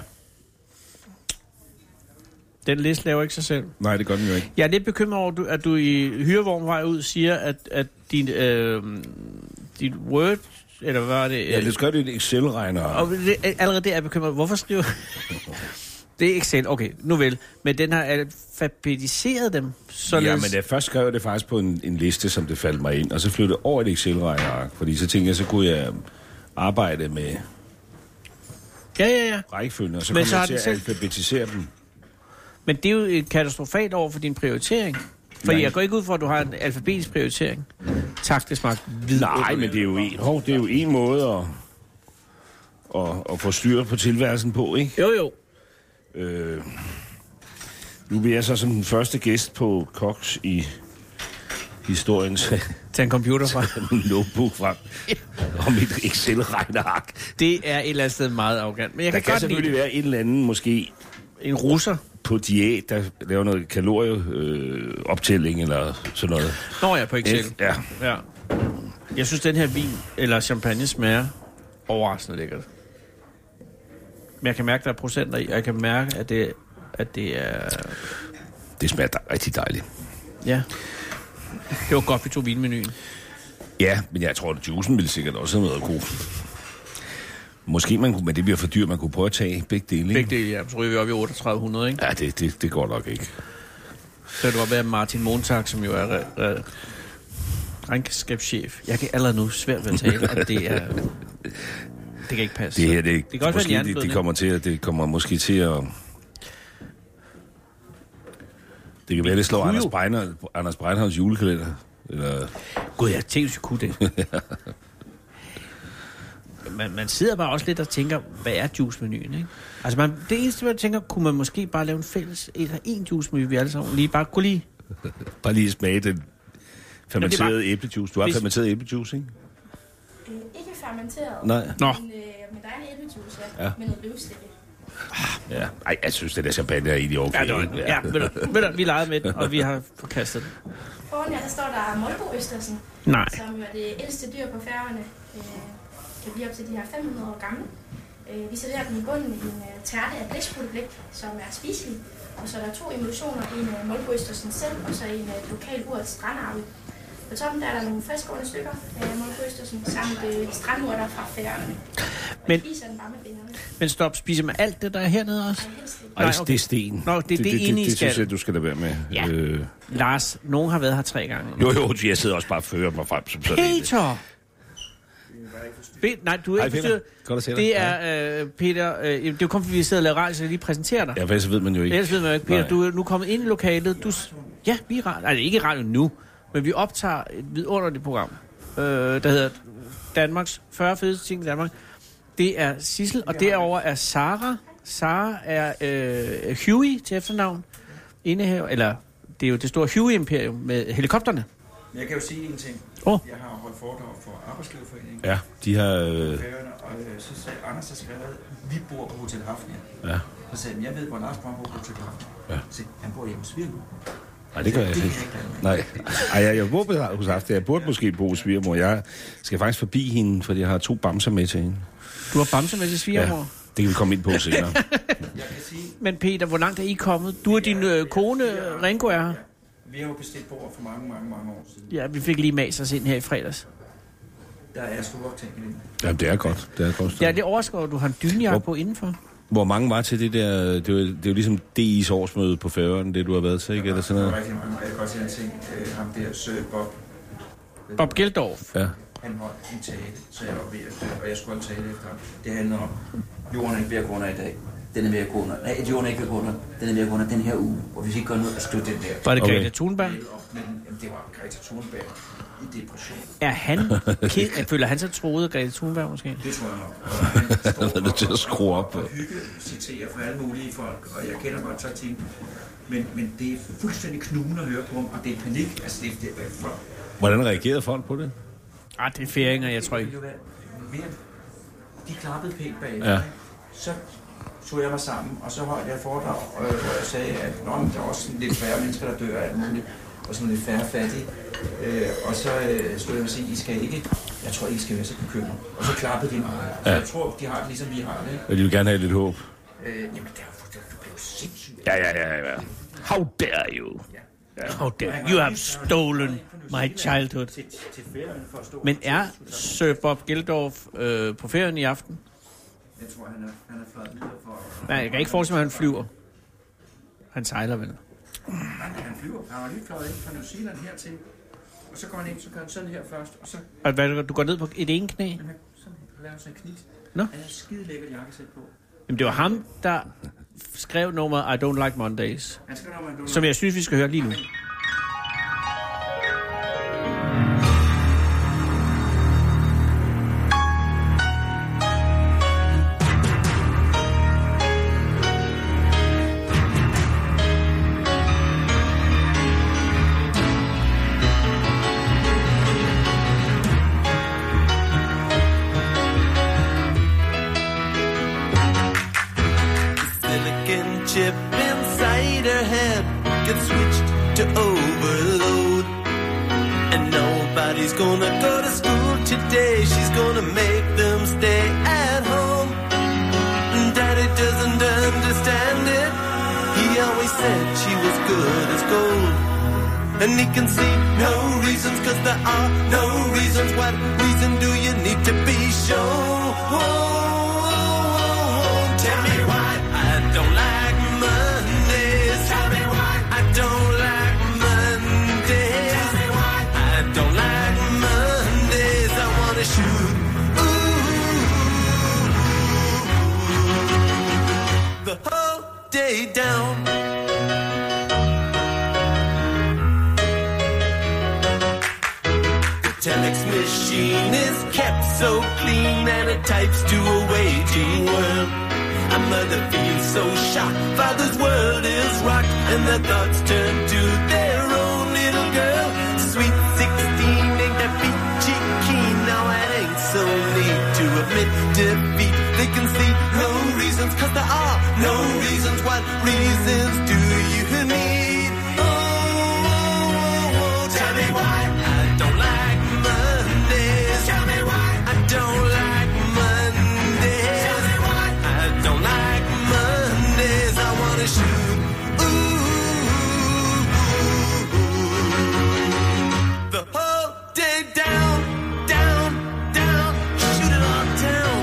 Den liste laver ikke sig selv. Nej, det gør den jo ikke. Jeg er lidt bekymret over, at du i hyrevognvej ud siger, at dit Word, eller hvad var det? Ja, det skal det et Excel-regner. Og allerede det er jeg bekymret. Hvorfor skriver... Det er Excel, okay, nu vel. Men den har alfabetiseret dem. Således... Ja, men jeg først skrev det faktisk på en liste, som det faldt mig ind, og så flyttede over et Excel-regner, fordi så tænkte jeg, så kunne jeg arbejde med Ja. rækkefølgen, og så Men kom så jeg har til at den selv- alfabetisere dem. Men det er jo et katastrofalt over for din prioritering. Fordi Nej. jeg går ikke ud for, at du har en alfabetisk prioritering. Tak, det smagte Nej, men det er jo en måde at få styr på tilværelsen på, ikke? Jo. Nu vil jeg så som den første gæst på Cox i historien Tag en computer fra. en notebook frem om et Excel-regneark. Det er et eller andet sted meget arrogant. Men jeg Der kan kan godt selvfølgelig lide være en eller anden, måske en russer. på diæt, der laver noget kalorieoptælling eller sådan noget. Nå ja, på Excel. Ja. Ja. Jeg synes, den her vin eller champagne smager overraskende lækkert. Men jeg kan mærke, der er procenter i, og jeg kan mærke, at det er... Det smager rigtig dejligt. Ja. Det var godt, vi tog vinmenuen. Ja, men jeg tror, at juicen ville sikkert også have været god. Måske man kunne, men det bliver for dyrt, man kunne prøve at tage begge dele, ikke? Begge dele, ja. Så ryger vi op i 3800, ikke? Ja, det går nok ikke. Så kan det godt være Martin Montag, som jo er regnskabschef. Jeg kan allerede nu svært ved at tale, og det er... Det kan ikke passe. Det her, det kan også måske, være det kommer måske til at... Det kan være, det slår Anders Breinholds julekalender. Eller... Gud, jeg tænkte, hvis vi kunne det. man sidder bare også lidt og tænker, hvad er juice-menuen, ikke? Altså, det eneste, man tænker, kunne man måske bare lave en fælles, en juice-menu, vi alle sammen lige bare kunne lide. Bare lige smage den fermenterede æblejuice. Du har fermenteret æblejuice, ikke? Ikke fermenteret. Nej. Nå. Men der er en æblejuice, ja. Med noget løvstikke. Ja. Ej, jeg synes, det der champagne er egentlig okay. Ja, ved du, vi legede med den, og vi har forkastet den. Foran jer, der står der Molbo Østersen, Nej. som er det ældste dyr på Færøerne. Kan blive op til de her 500 år gamle. Vi serverer den i bunden i en tærte af blækspruteblæk, som er spiselig. Og så er der 2 emulsioner, en af Molbo Østersen selv, og så en lokal urets strandarve. På toppen der er der nogle friskårende stykker af Molbo Østersen, samt strandurter fra Færøerne. Men, spiser den bare med fingrene. Men stop, spiser man alt det, der er hernede også? Nej, okay. Det er sten. Nå, det ene, I skal. Det synes jeg, du skal lade være med. Ja. Lars, nogen har været her 3 gange. Jo, jeg sidder også bare og fører mig frem som sådan. Peter! Nej, du er ikke forstyrret. Det er Peter. Det er jo kun, fordi vi sidder og laver radio, så jeg lige præsenterer dig. Ja, for ellers ved man jo ikke. Ellers ved man jo ikke. Peter, nej. Du er nu kommet ind i lokalet. Ja, vi er radio. Nej, ikke radio nu, men vi optager et vidunderligt program, der hedder Danmarks 40 fedeste ting i Danmark. Det er Sissel, og derover er Sara. Sara er Huey til efternavn. Indehaver, eller det er jo det store Huey-imperium med helikopterne. Jeg kan jo sige en ting. Jeg har holdt foredrag for Arbejdsgiverforeningen. Ja, de har... Og så sagde Anders, der skrev, vi bor på Hotel Hafnia. Ja. Så sagde jeg ved, hvor Lars bor på Hotel Hafnia. Ja. Så han bor hjemme hos svigermor. Nej, det gør jeg ikke. Nej, jeg bor hos Hafnia. Jeg burde måske bo hos svigermor. Jeg skal faktisk forbi hende, fordi jeg har 2 bamser med til hende. Du har bamser med til svigermor? Ja, det kan vi komme ind på senere. Men Peter, hvor langt er I kommet? Du og din kone, Ringo, er her. Vi har jo bestilt bord for mange år siden. Ja, vi fik lige mas os ind her i fredags. Der er store ting i det. Jamen, det er godt. Det er godt. Ja, det overskår, du har en dynjakke på indenfor. Hvor mange var til det der... Det er jo ligesom DI's årsmøde på Færøerne, det du har været til, ikke? Eller sådan noget? Der var rigtig mange. Jeg kan godt sige en ting. Ham der, Sir Bob. Bob Geldof. Ja. Han holdt en tale, så jeg var ved at dø, og jeg skulle holde tale efter ham. Det handler om, jorden er ikke ved at gå under i dag. Den er ved at gå under. Nej, jorden er ikke ved at gå under. Den er ved at gå under den her uge. Og hvis vi ikke går ned og støtter den der... Var det Greta Thunberg? Men jamen, det var Greta Thunberg i depression. Er han føler han sig troet af Greta Thunberg måske? Det tror jeg nok. Han er nødt til at skrue op på. Og citere for alle mulige folk, og jeg kender godt taktikken. Men det er fuldstændig knugende at høre på ham, og det er panik. Altså, det er for... Hvordan reagerede folk på det? Det er færinger, jeg tror ikke. De klappede pænt bag. Ja. Så tog jeg mig sammen, og så holdt jeg foredrag, hvor jeg sagde, at der er også lidt færre mennesker, der dør af alt muligt, og sådan lidt færre fattige. Og så skulle jeg mig sige, jeg tror, I skal være så bekymret. Og så klappede de meget. Så jeg tror, de har det, ligesom vi har det. Og de vil gerne have lidt håb. Jamen, det blev sindssygt. Ja. How dare you? How dare you have stolen my childhood. Men er Sir Bob Geldof på ferien i aften? Jeg tror, han er fløjet videre for... Nej, jeg kan ikke forestille mig, at han flyver. Han sejler vel. Han flyver. Han var lige fløjet ind fra New Zealand hertil. Og så går han ind, så gør han sådan her først. Og så... Og hvad, du går ned på et ene knæ? Sådan laver sådan en knis. Nå? Han er skide lækkert jakkesæt på. Jamen, det var ham, der skrev nummeret I Don't Like Mondays. Han skrev nummeret Som jeg synes, vi skal høre lige nu. Gonna go to school today. She's gonna make them stay at home. Daddy doesn't understand it. He always said she was good as gold. And he can see no reasons, 'cause there are no reasons. What reason do you need to be shown? Tell me why I don't like Mondays. Tell me why I don't like Mondays. Tell me why I don't like Mondays. I wanna shoot the whole day down. Telex machine is kept so clean and it types to a waging world. A mother feels so shocked, father's world is rocked, and their thoughts turn to their own little girl. Sweet 16 ain't that peachy keen, now it ain't so neat to admit defeat. They can see no reasons, 'cause there are no reasons. What reasons do you need? Oh, tell me why I don't like Mondays. Tell me why I don't like Mondays. Tell me why I don't like Mondays. I wanna shoot the whole day down, down, down. Shoot it all down.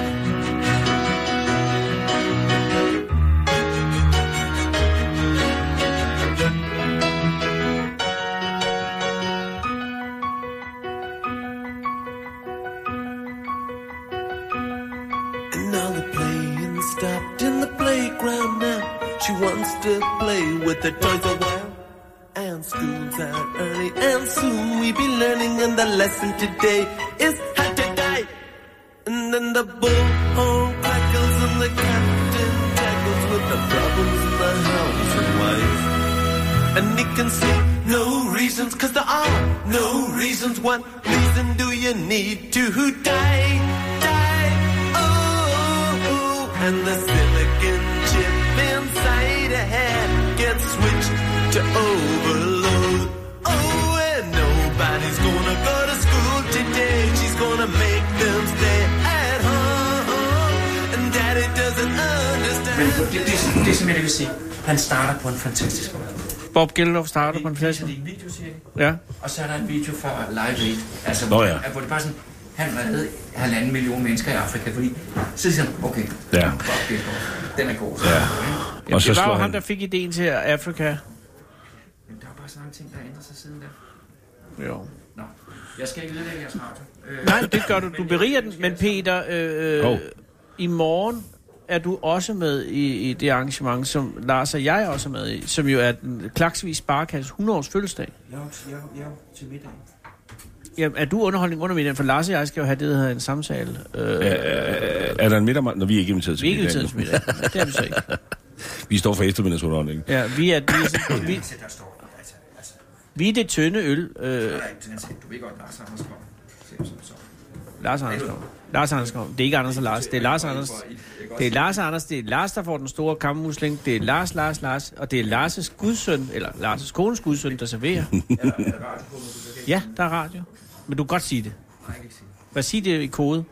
And now the playing stopped in the playground now. She wants to play with the toys a while. And school's out early and soon we be learning, and the lesson today is how to die. And then the bullhorn crackles and the captain tackles with the problems in the house and wife. And he can see no reasons, 'cause there are no reasons. What reason do you need to die? Die, oh, and the silicon chip inside her head gets switched to overload. Oh, and nobody's gonna go to school today. She's gonna make them stay at home. And daddy doesn't understand. Men det som jeg vil sige, han starter på en fantastisk måde. Bob Geldof starter på en flaske. Det er en videoserie, Ja. og så er der en video fra Live Aid. Altså, Nå ja. hvor det bare sådan, han reddede 1,5 million mennesker i Afrika, fordi så siger han, okay, Ja. den er god. Ja. Jamen, Og så det var slår jo ham, han... der fik ideen til Afrika. Men der er bare så mange ting, der ændrer sig siden der. Jo. Nå, jeg skal ikke ødelægge jeres radio. Nej, det gør du. Du beriger den. Men Peter, i morgen er du også med i det arrangement, som Lars og jeg også er med i, som jo er den Klaksvig Sparekasse 100 års fødselsdag. Jeg er til middag. Jamen, er du underholdning under middagen? For Lars og jeg skal jo have det, der hedder en samtale. Er der en middag, når vi er ikke inviteret til middag? Vi er ikke inviteret til middag. Det er vi så ikke. Vi står for eftermiddagsunderholdning. Ja, vi er det tynde øl. Du ved godt, Lars Andersgaard. Lars Andersgaard. Lars Andersgaard. Det er ikke Anders og Lars. Det er Lars Anders. Det er Lars Anders. Det er Lars, der får den store kammermusling. Det er Lars. Og det er Lars' gudsøn, eller Lars' kones gudsøn, der serverer. Ja, der er radio. Men du kan godt sige det. Hvad siger det i kode?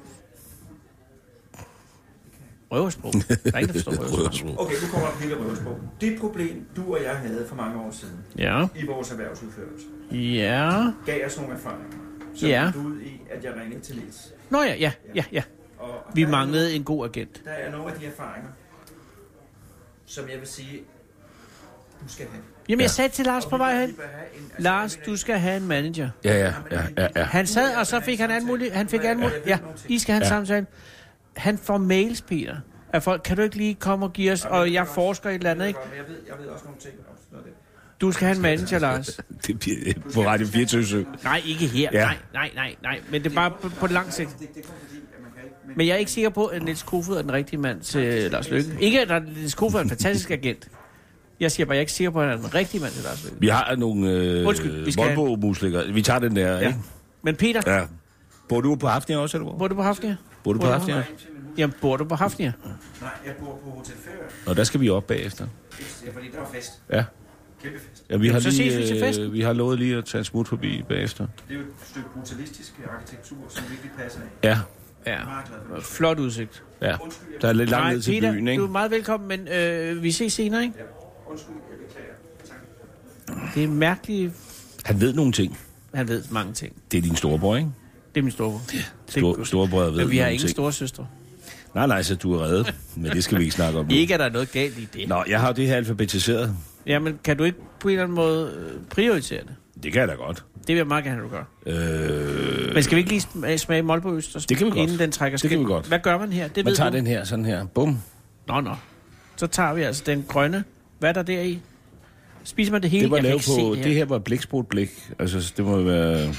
Røversprog. Der er ikke, der forstår røversprog. Okay, nu kommer der en lille røversprog. Det problem, du og jeg havde for mange år siden i vores erhvervsudførelse, gav os nogle erfaringer, som endte ud i, at jeg ringede til Niels. Nå ja. Og vi manglede en god agent. Der er nogle af de erfaringer, som jeg vil sige, du skal have. Jamen, jeg sagde til Lars på vej hen, Lars, du skal have en manager. Ja. Han sad, og så fik han alt muligt. Han fik alt muligt. Ja, I skal have en samtale. Han får mails, Peter, af folk, kan du ikke lige komme og give os, og jeg forsker et eller andet, ikke? Jeg ved også nogle ting om sådan noget. Du skal have en manager, Lars. Det bliver på Radio 24. Nej, ikke her. Ja. Nej. Men det er bare på lang sigt. Men jeg er ikke sikker på, at Niels Kofod er den rigtige mand til Lars Løkke. Ikke, at Niels Kofod er en fantastisk agent. Jeg siger bare, jeg er ikke sikker på, at han er den rigtige mand til Lars Løkke. Vi har nogle Volvo-muslinger. Vi tager den der, ikke? Men Peter... Ja. Bor du på Hafnia også, eller hvor? Bor du på Hafnia? Jamen, bor du på Hafnia? Nej, jeg bor på Hotel Færø. Og der skal vi op bagefter. Ja, fordi der er fest. Ja. Kæmpe fest. Ja, vi har så ses vi til fest. Vi har lovet lige at tage en smut forbi bagefter. Det er jo et stykke brutalistisk arkitektur, som virkelig passer af. Ja. Flot udsigt. Ja. Der er lidt langt ned til Peter, byen, ikke? Du er meget velkommen, men vi ses senere, ikke? Ja. Undskyld, jeg beklager. Tak. Det er mærkeligt. Han ved nogle ting. Han ved mange ting. Det er din storebror, ikke? Det er min storebror. Storebror ved. Men vi har ingen storesøstre. Nej, så du er reddet. Men det skal vi ikke snakke om nu. Ikke, at der er noget galt i det. Nå, jeg har det her alfabetiseret. Jamen, kan du ikke på en eller anden måde prioritere det? Det kan jeg da godt. Det vil jeg meget gerne, at du gør. Men skal vi ikke lige smage Molbo Østers? Det kan vi godt. Inden den trækker det kan vi godt. Hvad gør man her? Det man ved tager du. Den her, sådan her. Bum. Nå. Så tager vi altså den grønne. Hvad er der deri? Spiser man det hele? Det var lavet på... Det her var blæksprut blæk. Altså, det må være...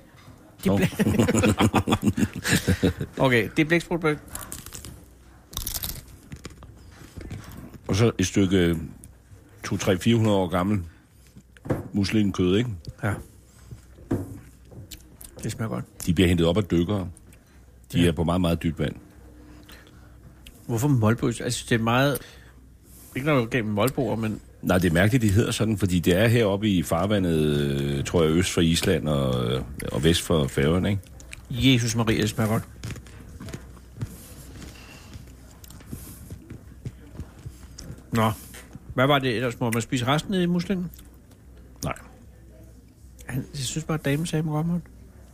Okay, det er blæksprut blæk. Og så et stykke 200-400 år gammel muslingekød, ikke? Ja. Det smager godt. De bliver hentet op af dykkere. De er på meget, meget dybt vand. Hvorfor Molbo? Altså, det er meget... Ikke noget gennem Molboer, men... Nej, det er mærkeligt, de hedder sådan, fordi det er heroppe i farvandet, tror jeg, øst for Island og vest for Færøerne, ikke? Jesus Maria, det smager godt. Nå, hvad var det ellers? Må man spise resten i muslingen? Nej. Jeg synes bare, at damen sagde, man godt.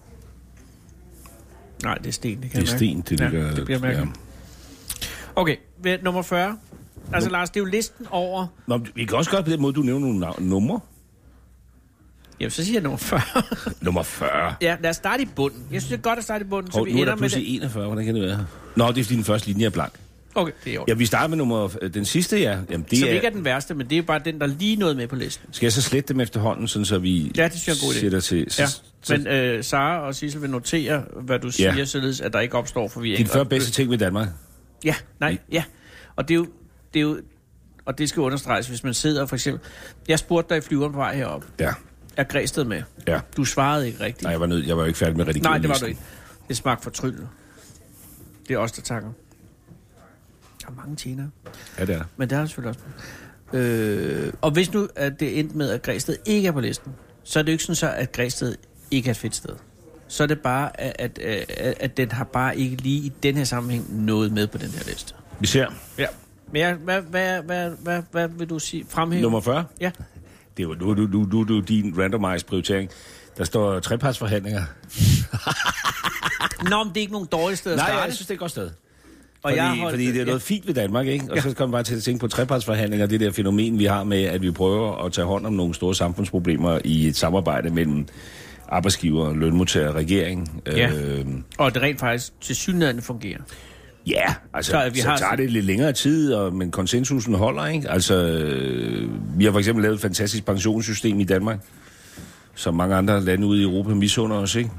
Nej, det er sten. Det er sten, det ligger... Ja, det bliver mærkeligt. Ja. Okay, nummer 40. Altså, Lars, det er jo listen over... Nå, vi kan også gøre på den måde, du nævner nogle numre. Jamen, så siger jeg nummer 40. Nummer 40? Ja, lad os starte i bunden. Jeg synes, det er godt at starte i bunden, så vi ender med... Nu er der pludselig 41, hvordan kan det være? Nå, det er fordi den første linje er blank. Okay, det er jo. Ja, vi starter med den sidste, ja. Jamen, det som ikke er den værste, men det er bare den, der lige nåede med på listen. Skal jeg så slette dem efterhånden, sådan så vi... Ja, det synes jeg er en god idé. Til... Ja, men Sara og Sissel vil notere, hvad du siger, således at der ikke opstår forvirring. Din 40 bedste ting ved Danmark? Ja, Og det er jo... Og det skal understreges, hvis man sidder for eksempel... Jeg spurgte dig i flyveren på vej herop. Ja. Er Græsted med? Ja. Du svarede ikke rigtigt. Nej, jeg var jo ikke færdig med redigeringen. Nej, det var du ikke. Det smagte fortryllende. Det er os, der takker. Der er mange tjenere. Ja, det er. Men det er selvfølgelig også. Og hvis nu at det endte med, at Græsted ikke er på listen, så er det jo ikke sådan så, at Græsted ikke er et fedt sted. Så er det bare, at den har bare ikke lige i den her sammenhæng noget med på den her liste. Vi ser. Ja. Men hvad vil du sige? Fremhæve? Nummer 40? Ja. Det er jo din randomized prioritering. Der står trepartsforhandlinger. Nå, men det er ikke nogen dårlige sted at starte. Nej, jeg synes, det er et godt sted. Fordi det er noget fint ved Danmark, ikke? Og så kommer man bare til at tænke på trepartsforhandlinger, det der fænomen, vi har med, at vi prøver at tage hånd om nogle store samfundsproblemer i et samarbejde mellem arbejdsgiver, lønmodtager og regering. Ja. Og det rent faktisk tilsyneladende fungerer. Ja, altså, så tager det lidt længere tid, men konsensusen holder, ikke? Altså, vi har for eksempel lavet et fantastisk pensionssystem i Danmark, som mange andre lande ude i Europa misunder os, ikke?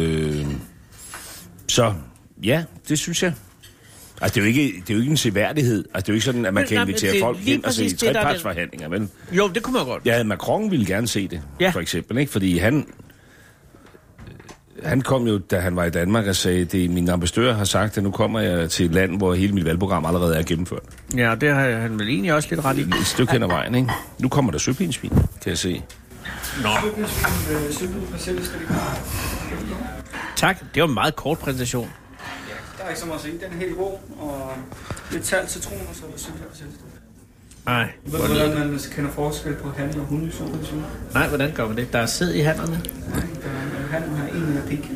Så, ja, det synes jeg. Altså, det er jo ikke en seværdighed. Altså, det er jo ikke sådan, at man kan invitere folk hen og se trepartsforhandlinger, vel? Jo, det kunne man godt. Ja, Macron ville gerne se det, for eksempel, ikke? Fordi han kom jo, da han var i Danmark, og sagde, det min ambassadør har sagt, at nu kommer jeg til et land, hvor hele mit valgprogram allerede er gennemført. Ja, det har han vel egentlig også lidt ret i. Et stykke hen ad vejen, ikke? Nu kommer der søpindsvin, kan jeg se. Nå. Tak, det var en meget kort præsentation. Ja, der er ikke så meget at se. Den er helt rå, og lidt talt citron, og så er der søpindsvin. Nej. Hvordan man kender forskel på handel og hundesøpindsvin? Nej, hvordan gør man det? Der er sæd i handlerne. Nej, handlen har en af pik.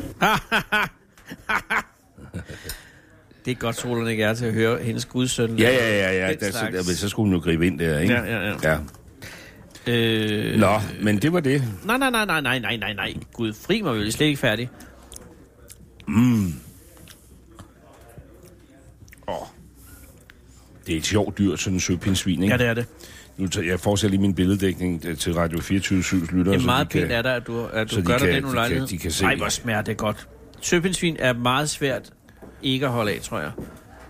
Det er godt, Solon ikke er til at høre hendes gudsøn. Ja. Så skulle hun jo gribe ind der, ikke? Ja. Nå, men det var det. Nej. Gud, fri mig, vi er slet ikke færdige. Det er et sjovt dyr, sådan en søpindsvin, ikke? Ja, det er det. Nu jeg fortsætter lige min billeddækning til Radio 24/7's lyttere. Det er meget pænt af dig, at du gør dig den ulejlighed. De kan se. Nej, hvor smager det godt. Søpindsvin er meget svært ikke at holde af, tror jeg.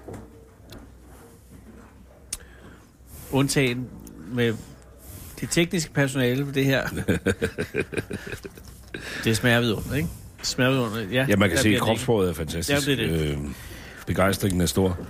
Undtagen med det tekniske personale på det her. Det smager vidunderligt, ikke? Det smager vidunderligt, ja. Ja, man kan se, at kropsproget er fantastisk. Ja, det er det. Begejstringen er stor.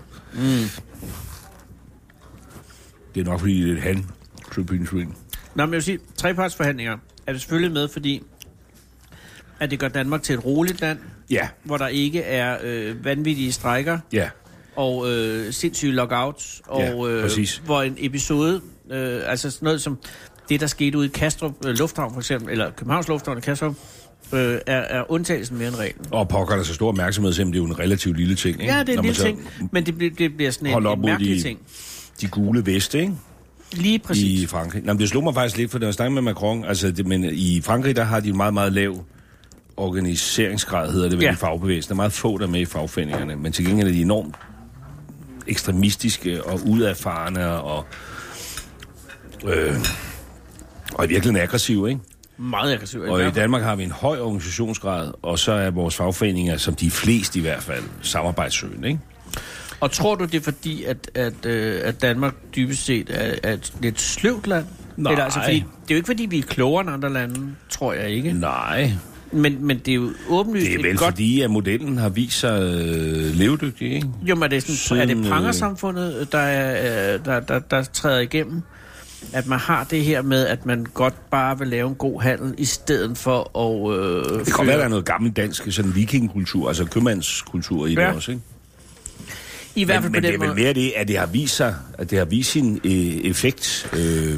Det er nok, fordi det er et han-søpindsvin. Nå, men jeg vil sige, trepartsforhandlinger er det selvfølgelig med, fordi at det gør Danmark til et roligt land, hvor der ikke er vanvittige strejker, og sindssyge lockouts, og hvor en episode, altså sådan noget som det, der skete ude i Kastrup Lufthavn for eksempel, eller Københavns Lufthavn i Kastrup, er undtagelsen mere end reglen. Og pokker der så stor opmærksomhed, selvom det er jo en relativt lille ting, ikke? Ja, det er en lille ting, men det bliver sådan en mærkelig ting. De gule veste, ikke? Lige præcis. I Frankrig. Nå, men det slog mig faktisk lidt, for det var snakket med Macron. Altså, men i Frankrig, der har de en meget, meget lav organiseringsgrad, hedder det vel, i fagbevægelsen. Der er meget få, der er med i fagforeningerne. Men til gengæld er de enormt ekstremistiske og uderfarne og i virkeligheden aggressive, ikke? Meget aggressive. Og i Danmark har vi en høj organisationsgrad, og så er vores fagforeninger, som de fleste i hvert fald, samarbejdssøgende, ikke? Og tror du, det er fordi, at Danmark dybest set er et lidt sløvt land? Nej. Eller, altså, fordi, det er jo ikke, fordi vi er klogere end andre lande, tror jeg ikke. Nej. Men det er jo åbenlyst. Det er vel godt... fordi, at modellen har vist sig levedygtig, ikke? Jo, men er det prangersamfundet, der træder igennem? At man har det her med, at man godt bare vil lave en god handel, i stedet for at... det kan være, der er noget gammel dansk, sådan vikingkultur, altså købmandskultur i det også, ikke? I hvert fald men det er vel mere det, at det har vist sig, at det har vist sin effekt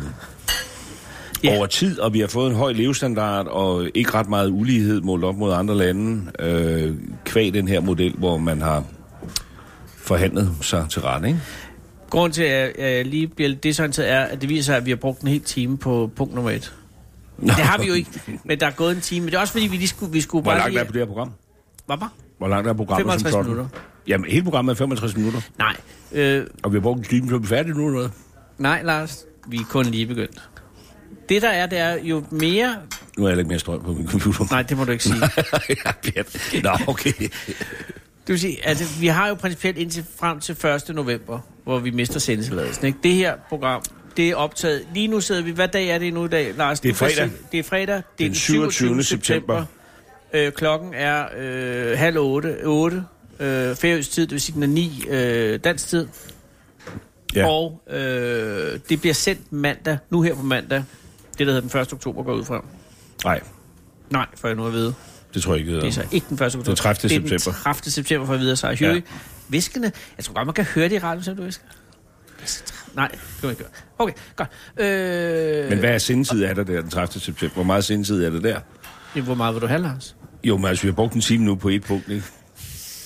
over tid, og vi har fået en høj levestandard, og ikke ret meget ulighed målt op mod andre lande, kvæg den her model, hvor man har forhandlet sig til rette, ikke? Grunden til, at jeg lige bliver lidt desorienteret, er, at det viser sig, at vi har brugt en hel time på punkt nummer 1. Det har vi jo ikke, men der er gået en time. Men det er også fordi, vi skulle bare... Hvor langt er på det her program? Hvad? Hvor langt er programmet? 55 minutter. Jamen, hele programmet er 65 minutter. Nej. Og vi har brugt en time, så er vi færdige nu, eller hvad? Nej, Lars. Vi er kun lige begyndt. Det er jo mere... Nu er jeg ikke mere strøm på min computer. Nej, det må du ikke sige. Nå, okay. Det vil sige, at vi har jo principielt frem til 1. november, hvor vi mister sendetilladelsen, ikke? Det her program, det er optaget. Lige nu sidder vi... Hvad dag er det nu i dag, Lars? Det er fredag. Det er fredag. Det er den 27. september. Klokken er 7:30. Færøsk tid, det vil sige, den er 9 dansk tid. Ja. Og det bliver sendt mandag, nu her på mandag. Det, der hedder den 1. oktober, går ud fra. Nej, for jeg nu at vide. Det tror jeg ikke, det er så ikke den 1. oktober. Det er 30. september. Det er den 30. september, for at vide, så hører viskende. Jeg tror godt, man kan høre det i radioen, som du visker. Nej, det kan man ikke gøre. Okay, godt. Men hvad er sendetid er der den 30. september? Hvor meget sendetid er der der? Hvor meget vil du have, Lars? Jo, men altså, vi har brugt en time nu på et punkt, ikke?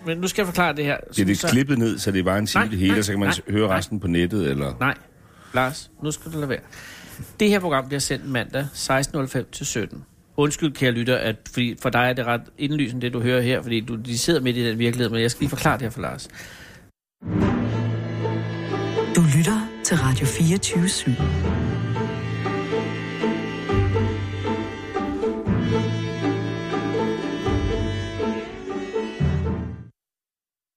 men nu skal jeg forklare det her. Det er det klippet ned, så det er bare en time det hele, så kan man høre resten på nettet, eller? Nej, Lars, nu skal du lade være. Det her program bliver sendt mandag 16.05 til 17. Undskyld, kære lytter, at for dig er det ret indlysende, det du hører her, fordi de sidder midt i den virkelighed, men jeg skal lige forklare det her for Lars. Du lytter til Radio 24/7.